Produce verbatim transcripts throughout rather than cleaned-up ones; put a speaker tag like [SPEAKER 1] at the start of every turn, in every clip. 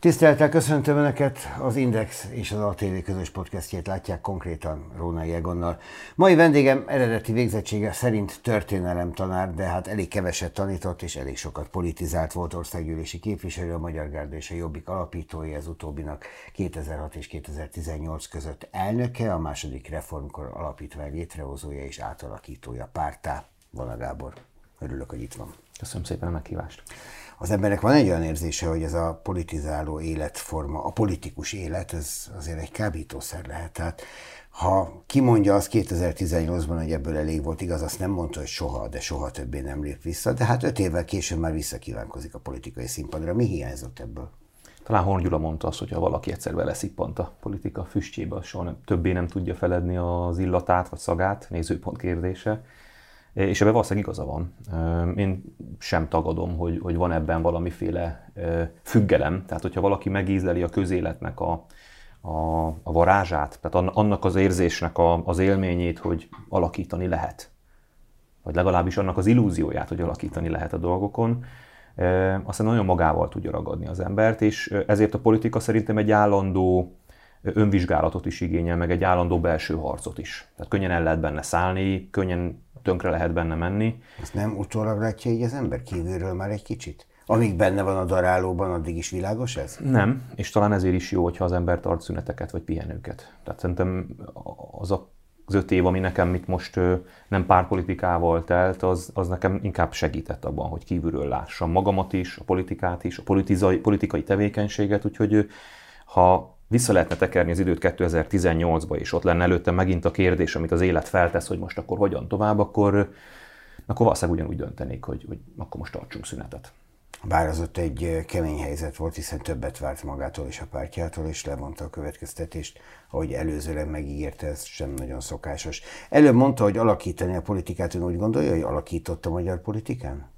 [SPEAKER 1] Tisztelettel köszöntöm Önöket, az Index és az á té vé közös podcastjét látják konkrétan Rónai Egonnal. Mai vendégem eredeti végzettsége szerint történelemtanár, de hát elég keveset tanított és elég sokat politizált, volt országgyűlési képviselő, a Magyar Gárda és a Jobbik alapítója, ez utóbbinak kétezer-hat és kétezer-tizennyolc között elnöke, a második reformkor alapítvány létrehozója és átalakítója párttá. Vona Gábor, örülök, hogy itt van.
[SPEAKER 2] Köszönöm szépen a meghívást.
[SPEAKER 1] Az embernek van egy olyan érzése, hogy ez a politizáló életforma, a politikus élet, ez azért egy kábítószer lehet. Tehát ha kimondja azt kétezer-tizennyolcban, hogy ebből elég volt, igaz, azt nem mondta, hogy soha, de soha többé nem lép vissza, de hát öt évvel később már visszakívánkozik a politikai színpadra. Mi hiányzott ebből?
[SPEAKER 2] Talán Horn Gyula mondta azt, hogy ha valaki egyszer beleszippant a politika füstjébe, soha nem, többé nem tudja feledni az illatát vagy szagát, nézőpont kérdése. És ebben valószínűleg igaza van. Én sem tagadom, hogy, hogy van ebben valamiféle függelem. Tehát, hogyha valaki megízleli a közéletnek a, a, a varázsát, tehát annak az érzésnek a, az élményét, hogy alakítani lehet, vagy legalábbis annak az illúzióját, hogy alakítani lehet a dolgokon, aztán nagyon magával tudja ragadni az embert, és ezért a politika szerintem egy állandó önvizsgálatot is igényel, meg egy állandó belső harcot is. Tehát könnyen el lehet benne szállni, könnyen tönkre lehet benne menni.
[SPEAKER 1] Ezt nem utólag látja így az ember kívülről már egy kicsit? Amíg benne van a darálóban, addig is világos ez?
[SPEAKER 2] Nem, és talán ezért is jó, hogyha az ember tart szüneteket vagy pihenőket. Tehát szerintem az a az öt év, ami nekem itt most nem pártpolitikával telt, az, az nekem inkább segített abban, hogy kívülről lássam magamat is, a politikát is, a politizai, politikai tevékenységet, úgyhogy ha vissza lehetne tekerni az időt kétezer-tizennyolcba, és ott lenne előtte megint a kérdés, amit az élet feltesz, hogy most akkor hogyan tovább, akkor, akkor valószínűleg ugyanúgy döntenék, hogy, hogy akkor most tartsunk szünetet.
[SPEAKER 1] Bár az ott egy kemény helyzet volt, hiszen többet várt magától és a pártjától, és levonta a következtetést, ahogy előzőleg megígérte, ez sem nagyon szokásos. Előbb mondta, hogy alakítani a politikát, ön úgy gondolja, hogy alakított a magyar politikán?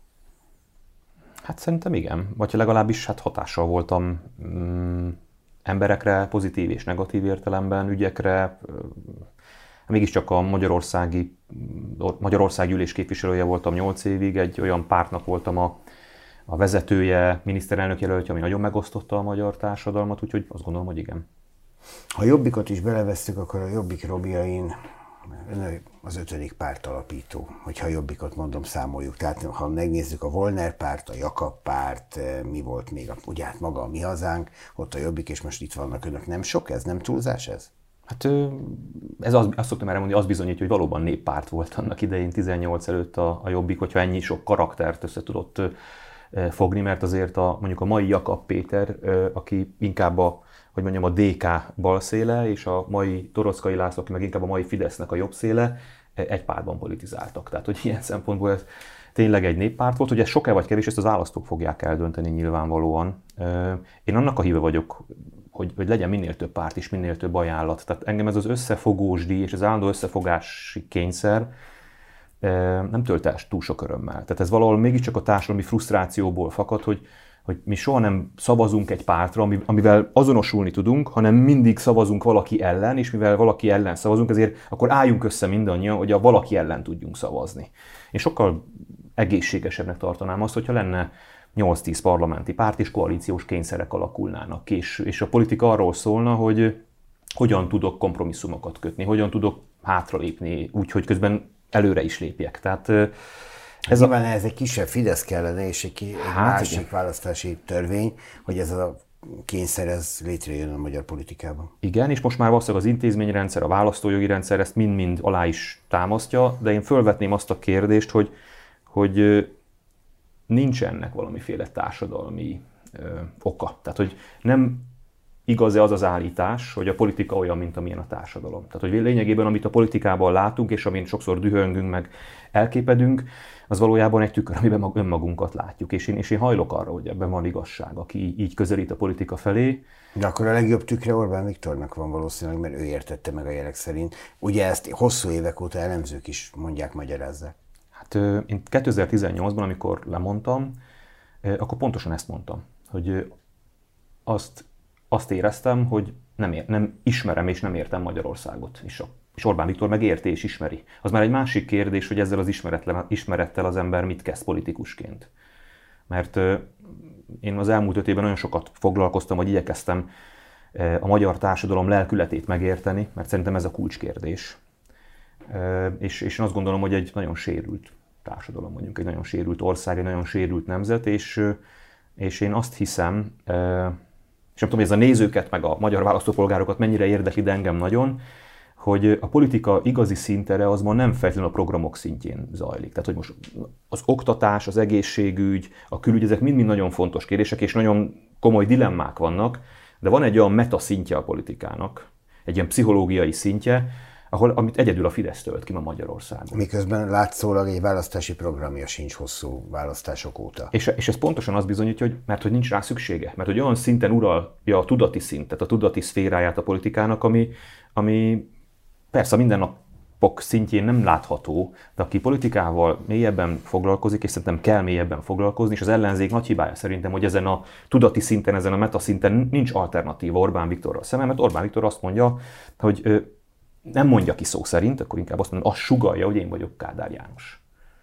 [SPEAKER 2] Hát szerintem igen, vagy legalábbis hát hatással voltam mm, emberekre, pozitív és negatív értelemben, ügyekre. Mégiscsak a Magyarországi, Magyarország gyűlés képviselője voltam nyolc évig, egy olyan pártnak voltam a, a vezetője, miniszterelnök jelöltje, ami nagyon megosztotta a magyar társadalmat, úgyhogy azt gondolom, hogy igen.
[SPEAKER 1] Ha Jobbikot is belevesszük, akkor a Jobbik Robiain az ötödik párt alapító, hogyha a Jobbikot mondom, számoljuk. Tehát ha megnézzük a Volner párt, a Jakab párt, mi volt még, ugye hát maga a Mi Hazánk, ott a Jobbik, és most itt vannak önök. Nem sok ez? Nem túlzás ez?
[SPEAKER 2] Hát ez az, azt szoktam erre mondani, az bizonyítja, hogy valóban néppárt volt annak idején tizennyolc előtt a, a Jobbik, hogyha ennyi sok karaktert össze tudott fogni, mert azért a, mondjuk a mai Jakab Péter, aki inkább a, hogy mondjam, a dé ká balszéle, és a mai Toroczkai László, aki meg inkább a mai Fidesznek a jobb széle, egy pártban politizáltak. Tehát, hogy ilyen szempontból ez tényleg egy néppárt volt, hogy ez sok-e vagy kevés, ezt az választók fogják eldönteni nyilvánvalóan. Én annak a híve vagyok, hogy, hogy legyen minél több párt és minél több ajánlat. Tehát engem ez az összefogósdi és az állandó összefogási kényszer nem tölt el túl sok örömmel. Tehát ez valahol mégiscsak a társadalmi frusztrációból fakad, hogy, hogy mi soha nem szavazunk egy pártra, amivel azonosulni tudunk, hanem mindig szavazunk valaki ellen, és mivel valaki ellen szavazunk, ezért akkor álljunk össze mindannyian, hogy a valaki ellen tudjunk szavazni. Én sokkal egészségesebbnek tartanám azt, hogyha lenne nyolc-tíz parlamenti párt és koalíciós kényszerek alakulnának, és, és a politika arról szólna, hogy hogyan tudok kompromisszumokat kötni, hogyan tudok hátralépni, úgyhogy közben előre is lépjek. Tehát
[SPEAKER 1] ez nyilván a... ez egy kisebb Fidesz kellene, és egy, egy hát másik igen. választási törvény, hogy ez a kényszer ez létrejön a magyar politikában.
[SPEAKER 2] Igen, és most már valószínűleg az intézményrendszer, a választójogi rendszer ezt mind-mind alá is támasztja, de én fölvetném azt a kérdést, hogy, hogy nincs ennek valamiféle társadalmi ö, oka. Tehát, hogy nem igaz-e az az állítás, hogy a politika olyan, mint amilyen a társadalom. Tehát, hogy lényegében, amit a politikában látunk, és amin sokszor dühöngünk, meg elképedünk, az valójában egy tükör, amiben önmagunkat látjuk. És én, és én hajlok arra, hogy ebben van igazság, aki így közelít a politika felé.
[SPEAKER 1] De akkor a legjobb tükre Orbán Viktornak van valószínűleg, mert ő értette meg a jelek szerint. Ugye ezt hosszú évek óta elemzők is mondják, magyarázzák.
[SPEAKER 2] Hát én kétezer-tizennyolcban, amikor lemondtam, akkor pontosan ezt mondtam, hogy azt Azt éreztem, hogy nem, ér, nem ismerem és nem értem Magyarországot. És, a, és Orbán Viktor meg érti és ismeri. Az már egy másik kérdés, hogy ezzel az ismerettel az ember mit kezd politikusként. Mert én az elmúlt öt évben nagyon sokat foglalkoztam, vagy igyekeztem a magyar társadalom lelkületét megérteni, mert szerintem ez a kulcskérdés. És, és én azt gondolom, hogy egy nagyon sérült társadalom vagyunk, egy nagyon sérült ország, egy nagyon sérült nemzet, és, és én azt hiszem, és nem tudom, hogy ez a nézőket, meg a magyar választópolgárokat mennyire érdekli, de engem nagyon, hogy a politika igazi szintere az ma nem feltétlenül a programok szintjén zajlik. Tehát, hogy most az oktatás, az egészségügy, a külügy, ezek mind-mind nagyon fontos kérdések, és nagyon komoly dilemmák vannak, de van egy olyan meta szintje a politikának, egy ilyen pszichológiai szintje, ahol, amit egyedül a Fidesz tölt ki ma Magyarországon.
[SPEAKER 1] Miközben látszólag egy választási programja sincs hosszú választások óta.
[SPEAKER 2] És, és ez pontosan azt bizonyítja, hogy mert hogy nincs rá szüksége, mert hogy olyan szinten uralja a tudati szintet, a tudati szféráját a politikának, ami, ami persze a mindennapok szintjén nem látható, de aki politikával mélyebben foglalkozik, és szerintem kell mélyebben foglalkozni, és az ellenzék nagy hibája szerintem, hogy ezen a tudati szinten, ezen a meta szinten nincs alternatíva Orbán Viktorral szemben, mert Orbán Viktor azt mondja, hogy nem mondja ki szó szerint, akkor inkább azt mondja, azt sugallja, hogy én vagyok Kádár János.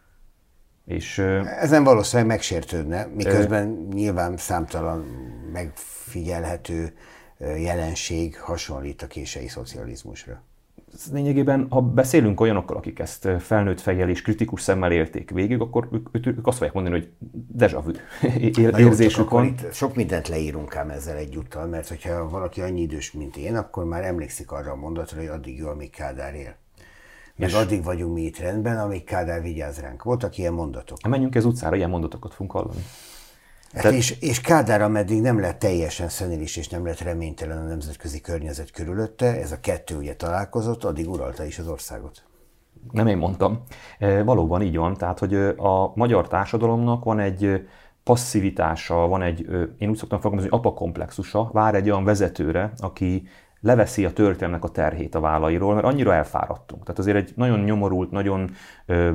[SPEAKER 2] És,
[SPEAKER 1] ezen valószínűleg megsértődne, miközben ö... nyilván számtalan megfigyelhető jelenség hasonlít a kései szocializmusra.
[SPEAKER 2] Lényegében, ha beszélünk olyanokkal, akik ezt felnőtt fejjel és kritikus szemmel élték végig, akkor ők, ők azt fogják mondani, hogy déjà vu érzésük van.
[SPEAKER 1] Itt sok mindent leírunk ám ezzel egyúttal, mert hogyha valaki annyi idős, mint én, akkor már emlékszik arra a mondatra, hogy addig jó, amíg Kádár él. Meg addig vagyunk mi itt rendben, amíg Kádár vigyáz ránk. Voltak ilyen mondatok.
[SPEAKER 2] Menjünk ez utcára, ilyen mondatokat fogunk hallani.
[SPEAKER 1] Hát Tehát... és, és Kádár, ameddig nem lett teljesen szenilis és nem lett reménytelen a nemzetközi környezet körülötte, ez a kettő ugye találkozott, addig uralta is az országot.
[SPEAKER 2] Nem én mondtam. E, valóban így van, tehát hogy a magyar társadalomnak van egy passzivitása, van egy, én úgy szoktam fogalmazni, hogy apakomplexusa, vár egy olyan vezetőre, aki leveszi a történelmnek a terhét a vállairól, mert annyira elfáradtunk. Tehát azért egy nagyon nyomorult, nagyon ö,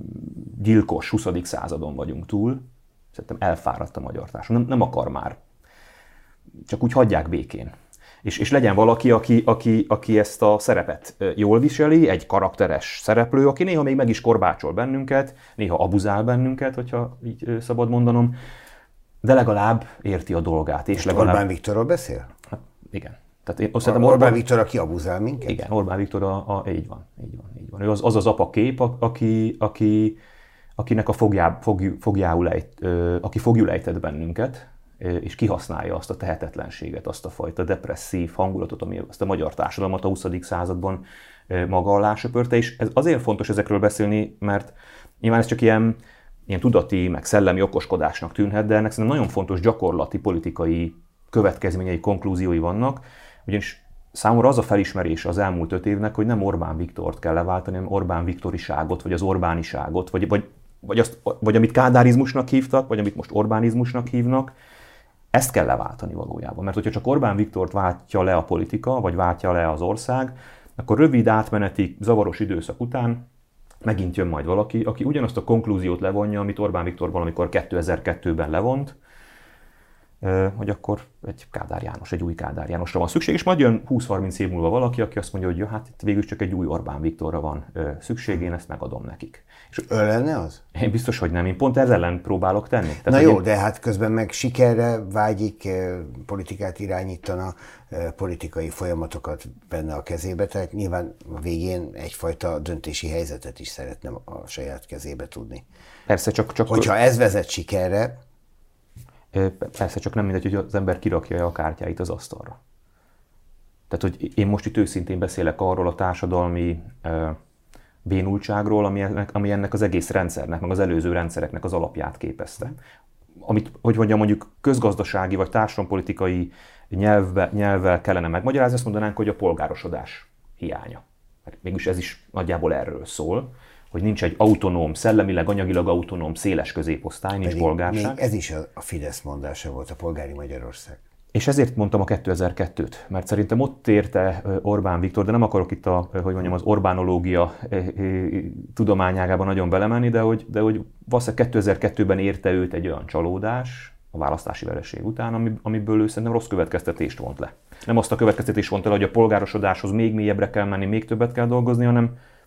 [SPEAKER 2] gyilkos huszadik századon vagyunk túl. Szerintem elfáradt a magyar társadalom, nem, nem akar már. Csak úgy hagyják békén. És, és legyen valaki, aki, aki, aki ezt a szerepet jól viseli, egy karakteres szereplő, aki néha még meg is korbácsol bennünket, néha abuzál bennünket, hogyha így szabad mondanom, de legalább érti a dolgát. És legalább...
[SPEAKER 1] Orbán Viktorról beszél?
[SPEAKER 2] Hát, igen. Tehát én
[SPEAKER 1] Orbán, Orbán Viktor, aki abuzál minket?
[SPEAKER 2] Igen, Orbán Viktor, a, a, így van, így van, így van. Ő az az, az apa kép, aki, aki, akinek a fogjá, fogjú, fogjául ejt, aki fogjul ejtett bennünket, és kihasználja azt a tehetetlenséget, azt a fajta depresszív hangulatot, ami azt a magyar társadalmat a huszadik században maga alá söpörte. És ez azért fontos ezekről beszélni, mert nyilván ez csak ilyen, ilyen tudati, meg szellemi okoskodásnak tűnhet, de ennek szerintem nagyon fontos gyakorlati, politikai következményei, konklúziói vannak, ugyanis számomra az a felismerés az elmúlt öt évnek, hogy nem Orbán Viktort kell leváltani, hanem Orbán Viktoriságot, vagy az Orbániságot, vagy, vagy, vagy, azt, vagy amit kádárizmusnak hívtak, vagy amit most Orbánizmusnak hívnak, ezt kell leváltani valójában. Mert hogyha csak Orbán Viktort váltja le a politika, vagy váltja le az ország, akkor rövid átmeneti, zavaros időszak után megint jön majd valaki, aki ugyanazt a konklúziót levonja, amit Orbán Viktor valamikor kétezer-kettőben levont, hogy akkor egy Kádár János, egy új Kádár Jánosra van szükség, és majd jön húsz-harminc év múlva valaki, aki azt mondja, hogy ja, hát itt végül csak egy új Orbán Viktorra van szükség, én ezt megadom nekik.
[SPEAKER 1] És ő lenne az?
[SPEAKER 2] Én biztos, hogy nem. Én pont ezzel ellen próbálok tenni. Tehát,
[SPEAKER 1] Na jó,
[SPEAKER 2] én...
[SPEAKER 1] de hát közben meg sikerre vágyik, politikát irányítana, politikai folyamatokat benne a kezébe, tehát nyilván a végén egyfajta döntési helyzetet is szeretne a saját kezébe tudni.
[SPEAKER 2] Persze, csak... csak...
[SPEAKER 1] Hogyha ez vezet sikerre,
[SPEAKER 2] persze, csak nem mindegy, hogy az ember kirakja a kártyáit az asztalra. Tehát, hogy én most itt őszintén beszélek arról a társadalmi uh, bénultságról, ami ennek, ami ennek az egész rendszernek, meg az előző rendszereknek az alapját képezte. Amit, hogy mondjam, mondjuk közgazdasági vagy társadalompolitikai nyelvbe, nyelvvel kellene megmagyarázni, azt mondanánk, hogy a polgárosodás hiánya. Mert mégis ez is nagyjából erről szól, hogy nincs egy autonóm, szellemileg, anyagilag autonóm, széles középosztály, nincs polgárság.
[SPEAKER 1] Még ez is a Fidesz mondása volt, a polgári Magyarország.
[SPEAKER 2] És ezért mondtam a kétezer-kettőt, mert szerintem ott érte Orbán Viktor, de nem akarok itt a, hogy mondjam, az Orbánológia tudományágában nagyon belemenni, de hogy, de hogy valószínűleg kétezer-kettőben érte őt egy olyan csalódás a választási vereség után, amiből ő szerintem rossz következtetést vont le. Nem azt a következtetést vont le, hogy a polgárosodáshoz még mélyebbre kell menni, még többet kell dolgozni, hanem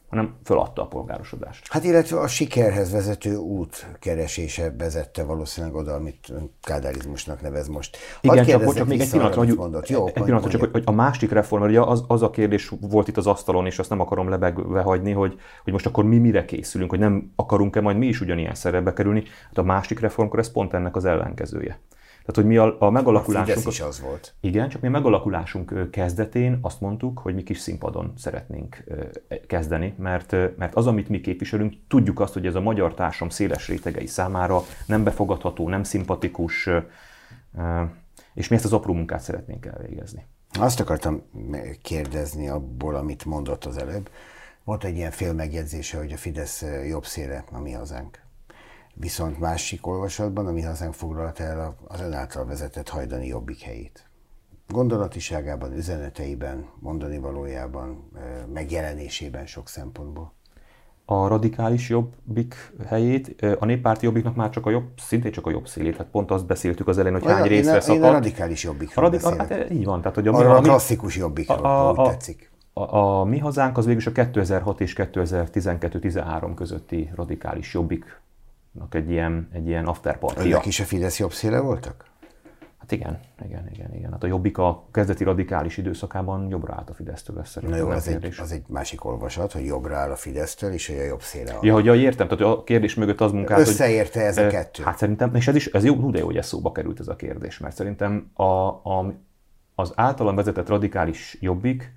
[SPEAKER 2] hanem föladta a polgárosodást.
[SPEAKER 1] Hát illetve a sikerhez vezető út keresése vezette valószínűleg oda, amit kádárizmusnak nevez most.
[SPEAKER 2] Hadd Igen, csak, csak még egy pillanatra, hogy,
[SPEAKER 1] mondott. Jó,
[SPEAKER 2] egy pillanatra csak, hogy a másik reform, ugye az, az a kérdés volt itt az asztalon, és azt nem akarom lebegve hagyni, hogy, hogy most akkor mi mire készülünk, hogy nem akarunk-e majd mi is ugyanilyen szerepbe kerülni. Hát a másik reformkor ez pont ennek az ellenkezője. Tehát, hogy mi a, a megalakulásunk...
[SPEAKER 1] A Fidesz is az volt.
[SPEAKER 2] Igen, csak mi a megalakulásunk kezdetén azt mondtuk, hogy mi kis színpadon szeretnénk kezdeni, mert, mert az, amit mi képviselünk, tudjuk azt, hogy ez a magyar társadalom széles rétegei számára nem befogadható, nem szimpatikus, és mi ezt az apró munkát szeretnénk elvégezni.
[SPEAKER 1] Azt akartam kérdezni abból, amit mondott az előbb. Volt egy ilyen fél megjegyzése, hogy a Fidesz jobb széle a Mi Hazánk. Viszont másik olvasatban a Mi Hazánk foglalta el az ön által vezetett hajdani Jobbik helyét. Gondolatiságában, üzeneteiben, mondani valójában, megjelenésében sok szempontból.
[SPEAKER 2] A radikális Jobbik helyét, a néppárti Jobbiknak már csak a jobb, szintén csak a jobb szélét. Hát pont azt beszéltük az elején, hogy hány részre szakadt.
[SPEAKER 1] Én a radikális Jobbikról
[SPEAKER 2] a radi- beszélek. Hát így van. Tehát, hogy a,
[SPEAKER 1] Arra a, a klasszikus Jobbikról, a, a, úgy tetszik.
[SPEAKER 2] A, a, a Mi Hazánk az végülis a kétezer-hat és kétezer-tizenkettő-tizenhárom közötti radikális Jobbik egy ilyen, egy ilyen afterpartia.
[SPEAKER 1] Önök is a Fidesz jobb széle voltak?
[SPEAKER 2] Hát igen, igen, igen, igen. Hát a Jobbik a kezdeti radikális időszakában jobbra állt a Fidesztől, ez
[SPEAKER 1] Na jó, az egy, az egy másik olvasat, hogy jobbra áll a Fidesztől, és hogy a jobb széle
[SPEAKER 2] alatt. Ja, hogy ja, értem, tehát a kérdés mögött az munkát,
[SPEAKER 1] összeérte ez a kettő?
[SPEAKER 2] Hát szerintem, és ez is, ez jó, de jó, hogy ez szóba került ez a kérdés, mert szerintem a, a, az általam vezetett radikális Jobbik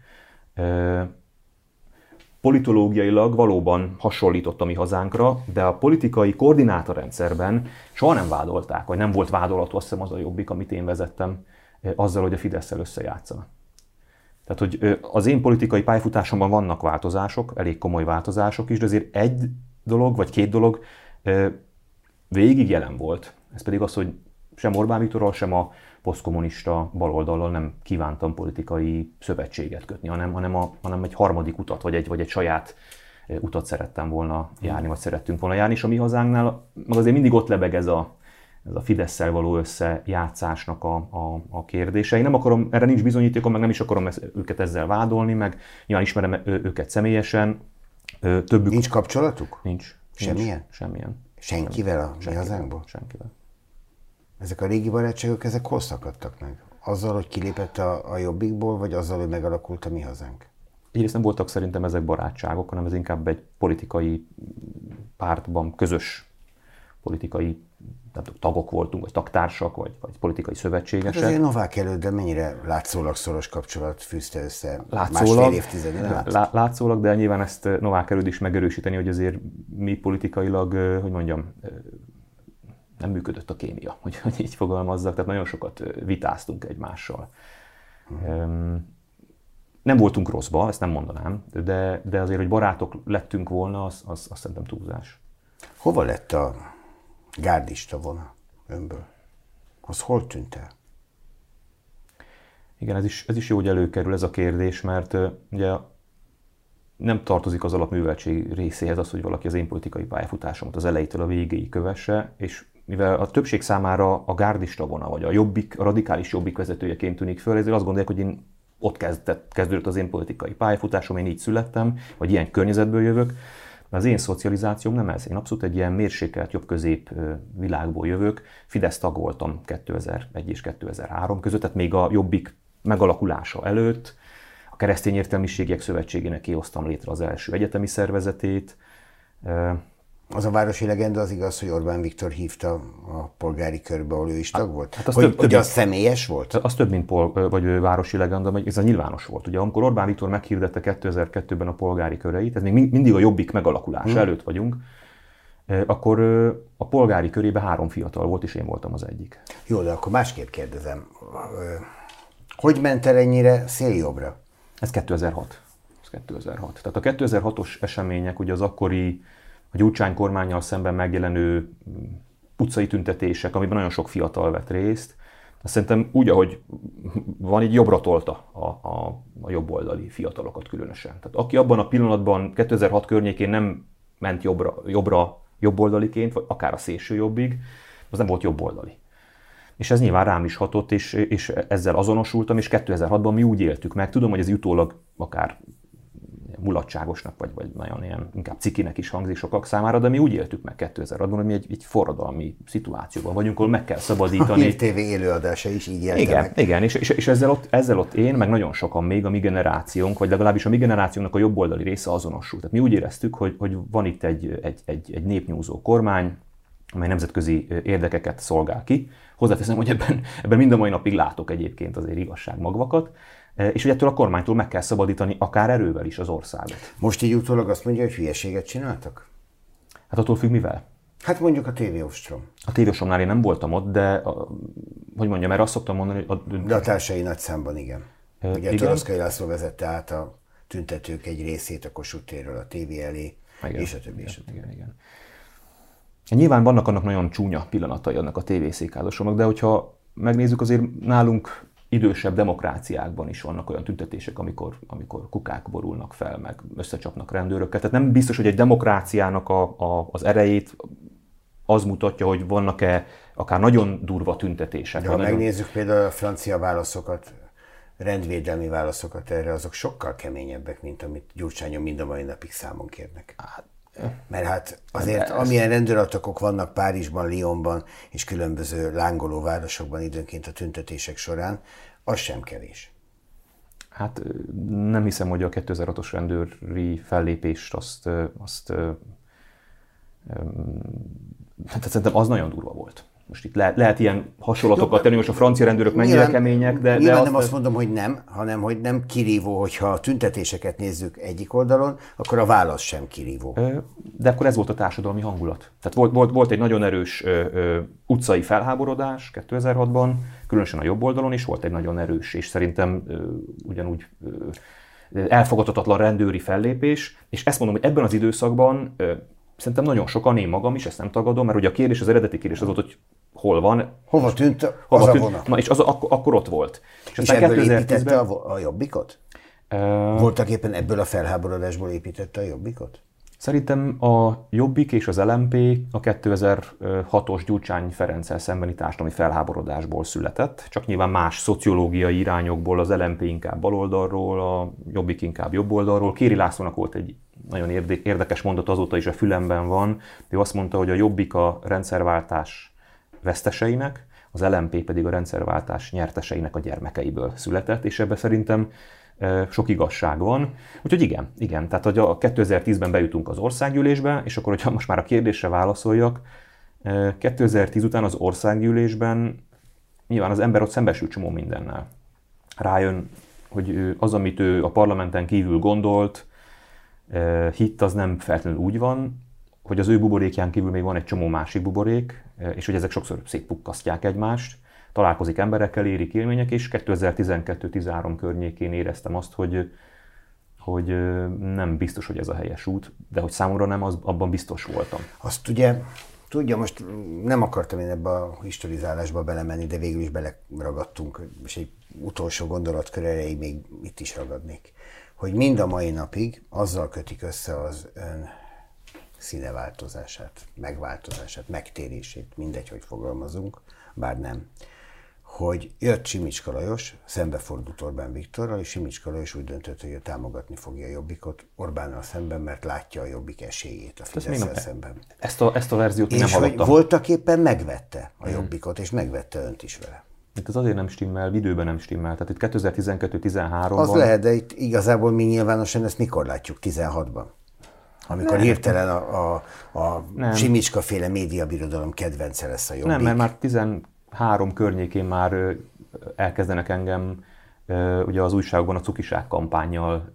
[SPEAKER 2] politológiailag valóban hasonlított a Mi Hazánkra, de a politikai koordinátorrendszerben soha nem vádolták, vagy nem volt vádolható, azt hiszem az a Jobbik, amit én vezettem, azzal, hogy a Fidesszel összejátszana. Tehát, hogy az én politikai pályafutásomban vannak változások, elég komoly változások is, de azért egy dolog, vagy két dolog végig jelen volt. Ez pedig az, hogy sem Orbán Viktorral, sem a posztkommunista baloldallal nem kívántam politikai szövetséget kötni, hanem, hanem, a, hanem egy harmadik utat, vagy egy, vagy egy saját utat szerettem volna járni, vagy szerettünk volna járni, és a Mi Hazánknál meg azért mindig ott lebeg ez a, ez a Fidesszel való összejátszásnak a, a, a kérdése. Én nem akarom, erre nincs bizonyítékom, meg nem is akarom ezt, őket ezzel vádolni, meg nyilván ismerem őket személyesen. Többük...
[SPEAKER 1] Nincs kapcsolatuk?
[SPEAKER 2] Nincs.
[SPEAKER 1] Semmilyen?
[SPEAKER 2] Nincs. Semmilyen.
[SPEAKER 1] Senkivel a
[SPEAKER 2] Senkivel.
[SPEAKER 1] Mi Hazánkból?
[SPEAKER 2] Senkivel.
[SPEAKER 1] Ezek a régi barátságok, ezek hol szakadtak meg? Azzal, hogy kilépett a, a Jobbikból, vagy azzal, hogy megalakult a Mi Hazánk?
[SPEAKER 2] Egyrészt nem voltak szerintem ezek barátságok, hanem ez inkább egy politikai pártban közös politikai tagok voltunk, vagy tagtársak, vagy, vagy politikai szövetségesek.
[SPEAKER 1] Hát azért Novák előtt, de mennyire látszólag szoros kapcsolat fűzte össze
[SPEAKER 2] látszólag,
[SPEAKER 1] másfél évtizedre?
[SPEAKER 2] Lá, látszólag, de nyilván ezt Novák előtt is megerősíteni, hogy azért mi politikailag, hogy mondjam, nem működött a kémia, hogy, hogy így fogalmazzak, tehát nagyon sokat vitáztunk egymással. Hmm. Nem voltunk rosszba, ezt nem mondanám, de, de azért, hogy barátok lettünk volna, az, az, az szerintem túlzás.
[SPEAKER 1] Hova lett a gárdista vona önből? Az hol tűnt el?
[SPEAKER 2] Igen, ez is, ez is jó, hogy előkerül ez a kérdés, mert ugye nem tartozik az alapműveltség részéhez az, hogy valaki az én politikai pályafutásomat az elejétől a végéig kövesse, és mivel a többség számára a gárdista vona, vagy a jobbik, a radikális Jobbik vezetőjeként tűnik föl, ezért azt gondolják, hogy én ott kezdett, kezdődött az én politikai pályafutásom, én így születtem, vagy ilyen környezetből jövök. De az én szocializációm nem ez. Én abszolút egy ilyen mérsékelt, jobb-közép világból jövök. Fidesz tag voltam kétezer-egy és kétezer-három között, tehát még a Jobbik megalakulása előtt. A Keresztény Értelmiségiek Szövetségének kihoztam létre az első egyetemi szervezetét.
[SPEAKER 1] Az a városi legenda az igaz, hogy Orbán Viktor hívta a polgári körbe, ahol ő is tag volt?
[SPEAKER 2] Hát az
[SPEAKER 1] hogy,
[SPEAKER 2] több,
[SPEAKER 1] hogy
[SPEAKER 2] több,
[SPEAKER 1] az személyes volt?
[SPEAKER 2] Az több, mint pol, vagy városi legenda, vagy ez a nyilvános volt. Ugye, amikor Orbán Viktor meghirdette kétezer-kettőben a polgári köreit, ez még mindig a Jobbik megalakulása hmm. előtt vagyunk, akkor a polgári körében három fiatal volt, és én voltam az egyik.
[SPEAKER 1] Jó, de akkor másképp kérdezem. Hogy ment el ennyire széljobbra?
[SPEAKER 2] Ez kétezer-hat. Ez kétezer-hat. Tehát a kétezer-hatos események, ugye az akkori a Gyurcsány kormánnyal szemben megjelenő utcai tüntetések, amiben nagyon sok fiatal vett részt, azt szerintem úgy, ahogy van, így jobbra tolta a, a, a jobboldali fiatalokat különösen. Tehát aki abban a pillanatban kétezer-hat környékén nem ment jobbra, jobbra jobboldaliként, vagy akár a szélső jobbig, az nem volt jobboldali. És ez nyilván rám is hatott, és, és ezzel azonosultam, és kétezer-hatban mi úgy éltük meg. Tudom, hogy ez utólag akár mulatságosnak, vagy, vagy nagyon ilyen inkább cikinek is hangzik sokak számára, de mi úgy éltük meg kétezer-hatban, hogy mi egy, egy forradalmi szituációban vagyunk, ahol meg kell szabadítani.
[SPEAKER 1] A Hír té vé élőadása is így élte
[SPEAKER 2] igen,
[SPEAKER 1] meg.
[SPEAKER 2] Igen, és, és, és ezzel, ott, ezzel ott én, meg nagyon sokan még a mi generációnk, vagy legalábbis a mi generációnknak a jobboldali része azonosul. Tehát mi úgy éreztük, hogy, hogy van itt egy, egy, egy, egy népnyúzó kormány, amely nemzetközi érdekeket szolgál ki. Hozzáteszem, hogy ebben, ebben mind a mai napig látok egyébként azért igazságmagvakat, és hogy ettől a kormánytól meg kell szabadítani akár erővel is az országot. Most
[SPEAKER 1] így utólag azt mondja, hogy hülyeséget csináltak?
[SPEAKER 2] Hát attól függ mivel?
[SPEAKER 1] Hát mondjuk a té vé Ostrom.
[SPEAKER 2] A té vé Ostromnál én nem voltam ott, de a, hogy mondjam, mert azt szoktam mondani, hogy... A,
[SPEAKER 1] de a társai nagy számban igen. E, Ugye
[SPEAKER 2] igen?
[SPEAKER 1] Toroszkai László vezette át a tüntetők egy részét a Kossuth térről a té vé elé, igen, és a többi,
[SPEAKER 2] igen,
[SPEAKER 1] és a többi.
[SPEAKER 2] Igen, igen. Nyilván vannak annak nagyon csúnya pillanatai annak a té vé székházasomnak, de hogyha megnézzük, azért nálunk idősebb demokráciákban is vannak olyan tüntetések, amikor, amikor kukák borulnak fel, meg összecsapnak rendőröket. Tehát nem biztos, hogy egy demokráciának a, a, az erejét az mutatja, hogy vannak-e akár nagyon durva tüntetések.
[SPEAKER 1] De ha
[SPEAKER 2] nagyon...
[SPEAKER 1] megnézzük például a francia válaszokat, rendvédelmi válaszokat erre, azok sokkal keményebbek, mint amit Gyurcsányon mind a mai napig számon kérnek. Hát, mert hát azért amilyen rendőratakok vannak Párizsban, Lyonban és különböző lángoló városokban időnként a tüntetések során, az sem kevés.
[SPEAKER 2] Hát nem hiszem, hogy a kétezer-hatos rendőri fellépést azt, azt hát szerintem az nagyon durva volt. Most itt lehet, lehet ilyen hasonlatokat tenni, most a francia rendőrök mennyire nyilván, kemények, de...
[SPEAKER 1] Nyilván
[SPEAKER 2] de
[SPEAKER 1] nem azt mondom, hogy nem, hanem hogy nem kirívó, hogyha a tüntetéseket nézzük egyik oldalon, akkor a válasz sem kirívó.
[SPEAKER 2] De akkor ez volt a társadalmi hangulat. Tehát volt, volt, volt egy nagyon erős ö, ö, utcai felháborodás kétezer-hatban, különösen a jobb oldalon is volt egy nagyon erős, és szerintem ö, ugyanúgy ö, elfogadhatatlan rendőri fellépés, és ezt mondom, hogy ebben az időszakban ö, szerintem nagyon sokan, én magam is, ezt nem tagadom, mert ugye a kérdés, az eredeti kérdés az volt, hogy hol van.
[SPEAKER 1] Hova tűnt
[SPEAKER 2] hova
[SPEAKER 1] az
[SPEAKER 2] tűnt,
[SPEAKER 1] a vonat?
[SPEAKER 2] Na, és az, akkor, akkor ott volt.
[SPEAKER 1] És, és ebből építette a, a Jobbikot? Uh, Voltak éppen ebből a felháborodásból építette a Jobbikot?
[SPEAKER 2] Szerintem a Jobbik és az el em pé a kétezer-hatos Gyurcsány-Ferenccel szembeni társadalmi felháborodásból született, csak nyilván más szociológiai irányokból, az el em pé inkább baloldalról, a Jobbik inkább jobboldalról. Kéri Lászlónak volt egy nagyon érdekes mondat, azóta is a fülemben van. Ő azt mondta, hogy a Jobbik a rendszerváltás veszteseinek, az el em pé pedig a rendszerváltás nyerteseinek a gyermekeiből született, és ebben szerintem sok igazság van. Úgyhogy igen, igen. Tehát, hogy a kétezer-tízben bejutunk az országgyűlésbe, és akkor, hogyha most már a kérdésre válaszoljak, kétezer-tíz után az országgyűlésben nyilván az ember ott szembesül csomó mindennel. Rájön, hogy az, amit ő a parlamenten kívül gondolt, hitt, az nem feltétlenül úgy van, hogy az ő buborékján kívül még van egy csomó másik buborék, és hogy ezek sokszor szétpukkasztják egymást. Találkozik emberekkel, érik élmények, és kétezer-tizenkettő-tizenhárom környékén éreztem azt, hogy, hogy nem biztos, hogy ez a helyes út, de hogy számomra nem, az, abban biztos voltam.
[SPEAKER 1] Azt ugye, tudja, most nem akartam én ebbe a historizálásba belemenni, de végül is beleragadtunk, és egy utolsó gondolatkör erejéig még itt is ragadnék, hogy mind a mai napig azzal kötik össze az ön színeváltozását, megváltozását, megtérését, mindegy, hogy fogalmazunk, bár nem, hogy jött Simicska Lajos, szembefordult Orbán Viktorral, és Simicska Lajos úgy döntött, hogy ő támogatni fogja a Jobbikot Orbánnal szemben, mert látja a Jobbik esélyét a Fidesszel szemben.
[SPEAKER 2] Ezt a, ezt a verziót
[SPEAKER 1] és
[SPEAKER 2] nem hallottam.
[SPEAKER 1] És voltak éppen megvette a Jobbikot, és megvette önt is vele.
[SPEAKER 2] Itt az azért nem stimmel, időben nem stimmel. Tehát itt kétezer-tizenkettő-tizenháromban...
[SPEAKER 1] Az lehet, de itt igazából mi nyilvánosan ezt mikor látjuk? tizenhatban? Amikor nem. Hirtelen a, a, a Simicska-féle médiabirodalom kedvence lesz a Jobbik.
[SPEAKER 2] Nem, mert már tizenhárom környékén már elkezdenek engem ugye az újságokban a cukiság kampánnyal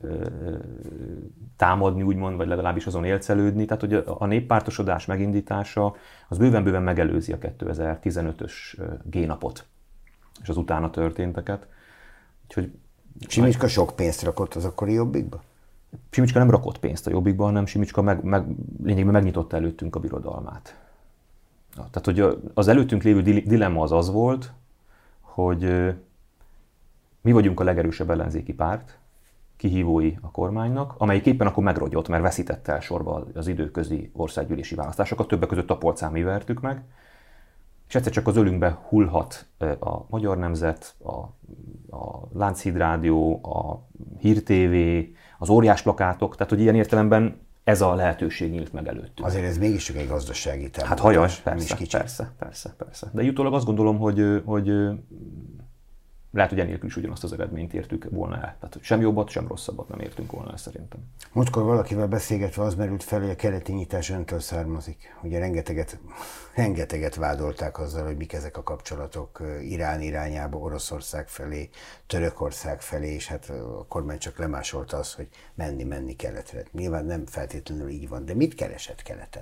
[SPEAKER 2] támadni, úgymond, vagy legalábbis azon élcelődni. Tehát, hogy a néppártosodás megindítása az bőven-bőven megelőzi a kétezer-tizenötös G-napot és az utána történteket. Úgyhogy
[SPEAKER 1] Simicska nagy... sok pénzt rakott az akkori Jobbikba?
[SPEAKER 2] Simicska nem rakott pénzt a Jobbikba, hanem Simicska meg, meg, lényegében megnyitotta előttünk a birodalmát. Tehát, hogy az előttünk lévő dilemma az az volt, hogy mi vagyunk a legerősebb ellenzéki párt, kihívói a kormánynak, amelyik éppen akkor megrogyott, mert veszítette el sorba az időközi országgyűlési választásokat, többek között Tapolcán mi vertük meg, és egyszer csak az ölünkbe hullhat a Magyar Nemzet, a, a Lánchíd Rádió, a Hír té vé, az óriás plakátok, tehát hogy ilyen értelemben ez a lehetőség nyílt meg előttünk.
[SPEAKER 1] Azért ez mégiscsak egy gazdasági támogatás.
[SPEAKER 2] Hát hajas, persze, persze, persze, persze. De utólag azt gondolom, hogy, hogy lehet, hogy enélkül is ugyanazt az eredményt értük volna el. Tehát hogy sem jobbat, sem rosszabbat nem értünk volna el szerintem.
[SPEAKER 1] Múltkor valakivel beszélgetve az merült fel, hogy a keleti nyitás öntől származik. Ugye rengeteget, rengeteget vádolták azzal, hogy mik ezek a kapcsolatok Irán irányába, Oroszország felé, Törökország felé, és hát a kormány csak lemásolta azt, hogy menni-menni keletre. Nyilván nem feltétlenül így van, de mit keresett keleten?